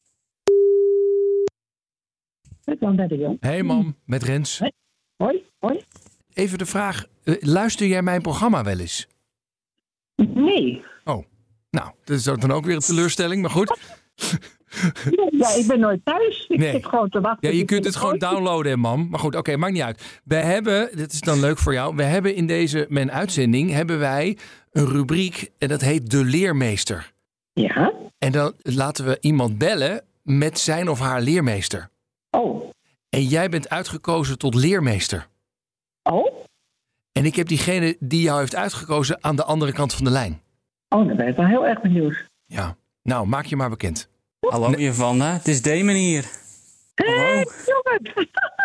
Hey mam, met Rens. Hey. Hoi, hoi. Even de vraag, luister jij mijn programma wel eens? Nee. Oh, nou, dat is dan ook weer een teleurstelling, maar goed. Ja, ik ben nooit thuis. Ik nee. zit gewoon te wachten. Ja, je kunt het gewoon downloaden, hè, mam. Maar goed, oké, okay, maakt niet uit. We hebben, dit is dan leuk voor jou, we hebben in deze mijn uitzending hebben wij een rubriek en dat heet De Leermeester. Ja. En dan laten we iemand bellen met zijn of haar leermeester. Oh. En jij bent uitgekozen tot leermeester. Oh? En ik heb diegene die jou heeft uitgekozen aan de andere kant van de lijn. Oh, dan ben ik wel heel erg benieuwd. Ja, nou, maak je maar bekend. Hallo, nee. Jevanda, het is Damon hier. Hé, hey, jongen.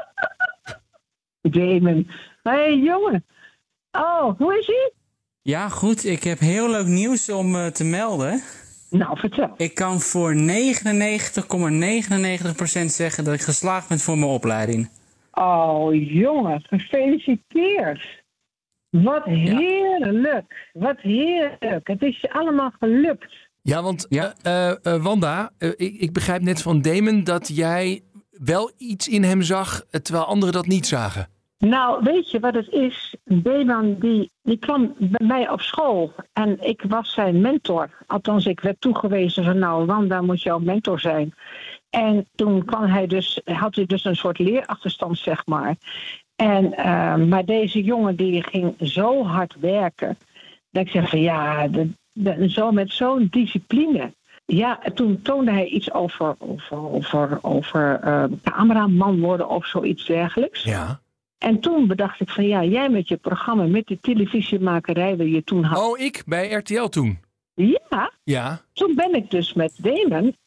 Damon. Hé, hey, jongen. Oh, hoe is ie? Ja, goed. Ik heb heel leuk nieuws om uh, te melden. Nou, vertel. Ik kan voor negenennegentig komma negenennegentig procent zeggen dat ik geslaagd ben voor mijn opleiding. Oh, jongen, gefeliciteerd. Wat heerlijk. Ja. Wat heerlijk. Het is je allemaal gelukt. Ja, want ja. Uh, uh, Wanda, uh, ik, ik begrijp net van Damon dat jij wel iets in hem zag, terwijl anderen dat niet zagen. Nou, weet je wat het is? Damon die, die kwam bij mij op school en ik was zijn mentor. Althans, ik werd toegewezen van nou, Wanda moet jouw mentor zijn. En toen kwam hij dus, had hij dus een soort leerachterstand, zeg maar. En, uh, maar deze jongen die ging zo hard werken. Dat ik zeg van ja, de, de, zo met zo'n discipline. Ja, toen toonde hij iets over, over, over, over uh, cameraman worden of zoiets dergelijks. Ja. En toen bedacht ik van ja, jij met je programma, met de televisiemakerij die je toen had. Oh, ik bij R T L toen? Ja. Ja. Toen ben ik dus met Damon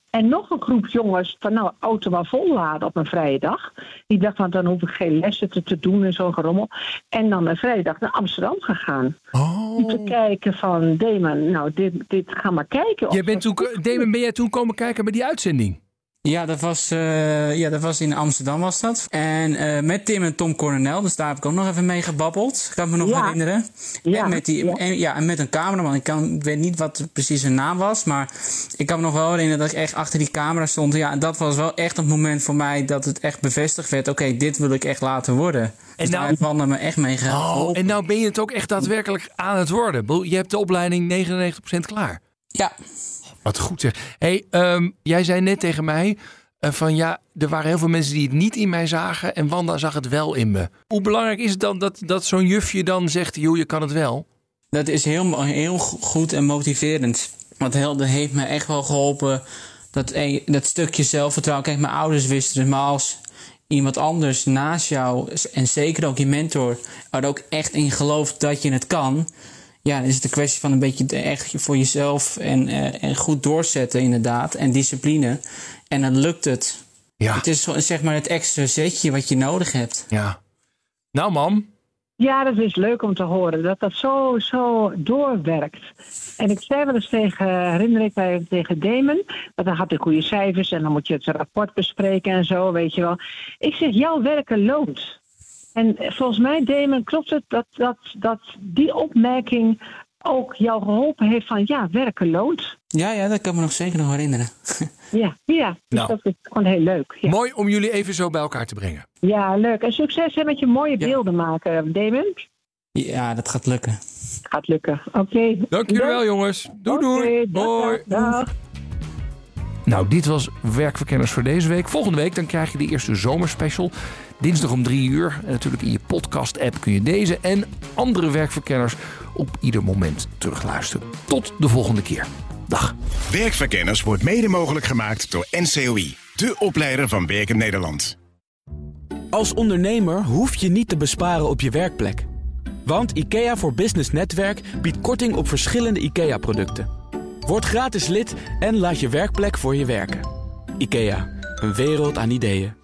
En nog een groep jongens van nou, auto maar volladen op een vrije dag. Die dacht, want dan hoef ik geen lessen te, te doen en zo'n gerommel. En dan een vrije dag naar Amsterdam gegaan. Oh. Om te kijken van, Damon, nou, dit, dit ga maar kijken. Jij bent toen, Damon, ben jij toen komen kijken met die uitzending? Ja, dat was, uh, ja, dat was in Amsterdam was dat. En uh, met Tim en Tom Coronel, dus daar heb ik ook nog even mee gebabbeld. Kan ik me nog ja. herinneren. Ja. En, met die, ja. En, ja, en met een cameraman. Ik, kan, ik weet niet wat precies zijn naam was, maar ik kan me nog wel herinneren dat ik echt achter die camera stond. Ja, en dat was wel echt een moment voor mij dat het echt bevestigd werd. Oké, okay, dit wil ik echt laten worden. En dus nou, daar heeft Wanda me echt mee geholpen. Oh, en nou ben je het ook echt daadwerkelijk aan het worden. Je hebt de opleiding negenennegentig procent klaar. Ja. Wat goed zeg. Hey, um, jij zei net tegen mij uh, van ja, er waren heel veel mensen die het niet in mij zagen en Wanda zag het wel in me. Hoe belangrijk is het dan dat, dat zo'n jufje dan zegt, joh, je kan het wel? Dat is heel, heel goed en motiverend. Want dat heeft me echt wel geholpen. Dat, dat stukje zelfvertrouwen. Kijk, mijn ouders wisten het, maar als iemand anders naast jou en zeker ook je mentor er ook echt in gelooft dat je het kan. Ja, dan is het een kwestie van een beetje echt voor jezelf en, uh, en goed doorzetten inderdaad. En discipline. En dan lukt het. Ja. Het is zeg maar het extra zetje wat je nodig hebt. Ja. Nou, mam. Ja, dat is leuk om te horen. Dat dat zo, zo doorwerkt. En ik zei wel eens tegen, herinner ik mij tegen Damon, dat dan had ik goede cijfers en dan moet je het rapport bespreken en zo, weet je wel. Ik zeg, jouw werken loont. En volgens mij, Damon, klopt het dat, dat, dat die opmerking ook jou geholpen heeft van ja, werken loont. Ja, ja, dat kan me nog zeker nog herinneren. Ja, ja, dus nou, dat is gewoon heel leuk. Ja. Mooi om jullie even zo bij elkaar te brengen. Ja, leuk. En succes hè, met je mooie ja. beelden maken, Damon. Ja, dat gaat lukken. Gaat lukken, oké. Okay. Dank jullie wel, jongens. Doei, okay, doei. Hoi. Dag. Nou, dit was Werkverkenners voor deze week. Volgende week dan krijg je de eerste zomerspecial. Dinsdag om drie uur. En natuurlijk in je podcast-app kun je deze en andere werkverkenners op ieder moment terugluisteren. Tot de volgende keer. Dag. Werkverkenners wordt mede mogelijk gemaakt door N C O I. De opleider van Werkend Nederland. Als ondernemer hoef je niet te besparen op je werkplek. Want IKEA voor Business Netwerk biedt korting op verschillende IKEA-producten. Word gratis lid en laat je werkplek voor je werken. IKEA, een wereld aan ideeën.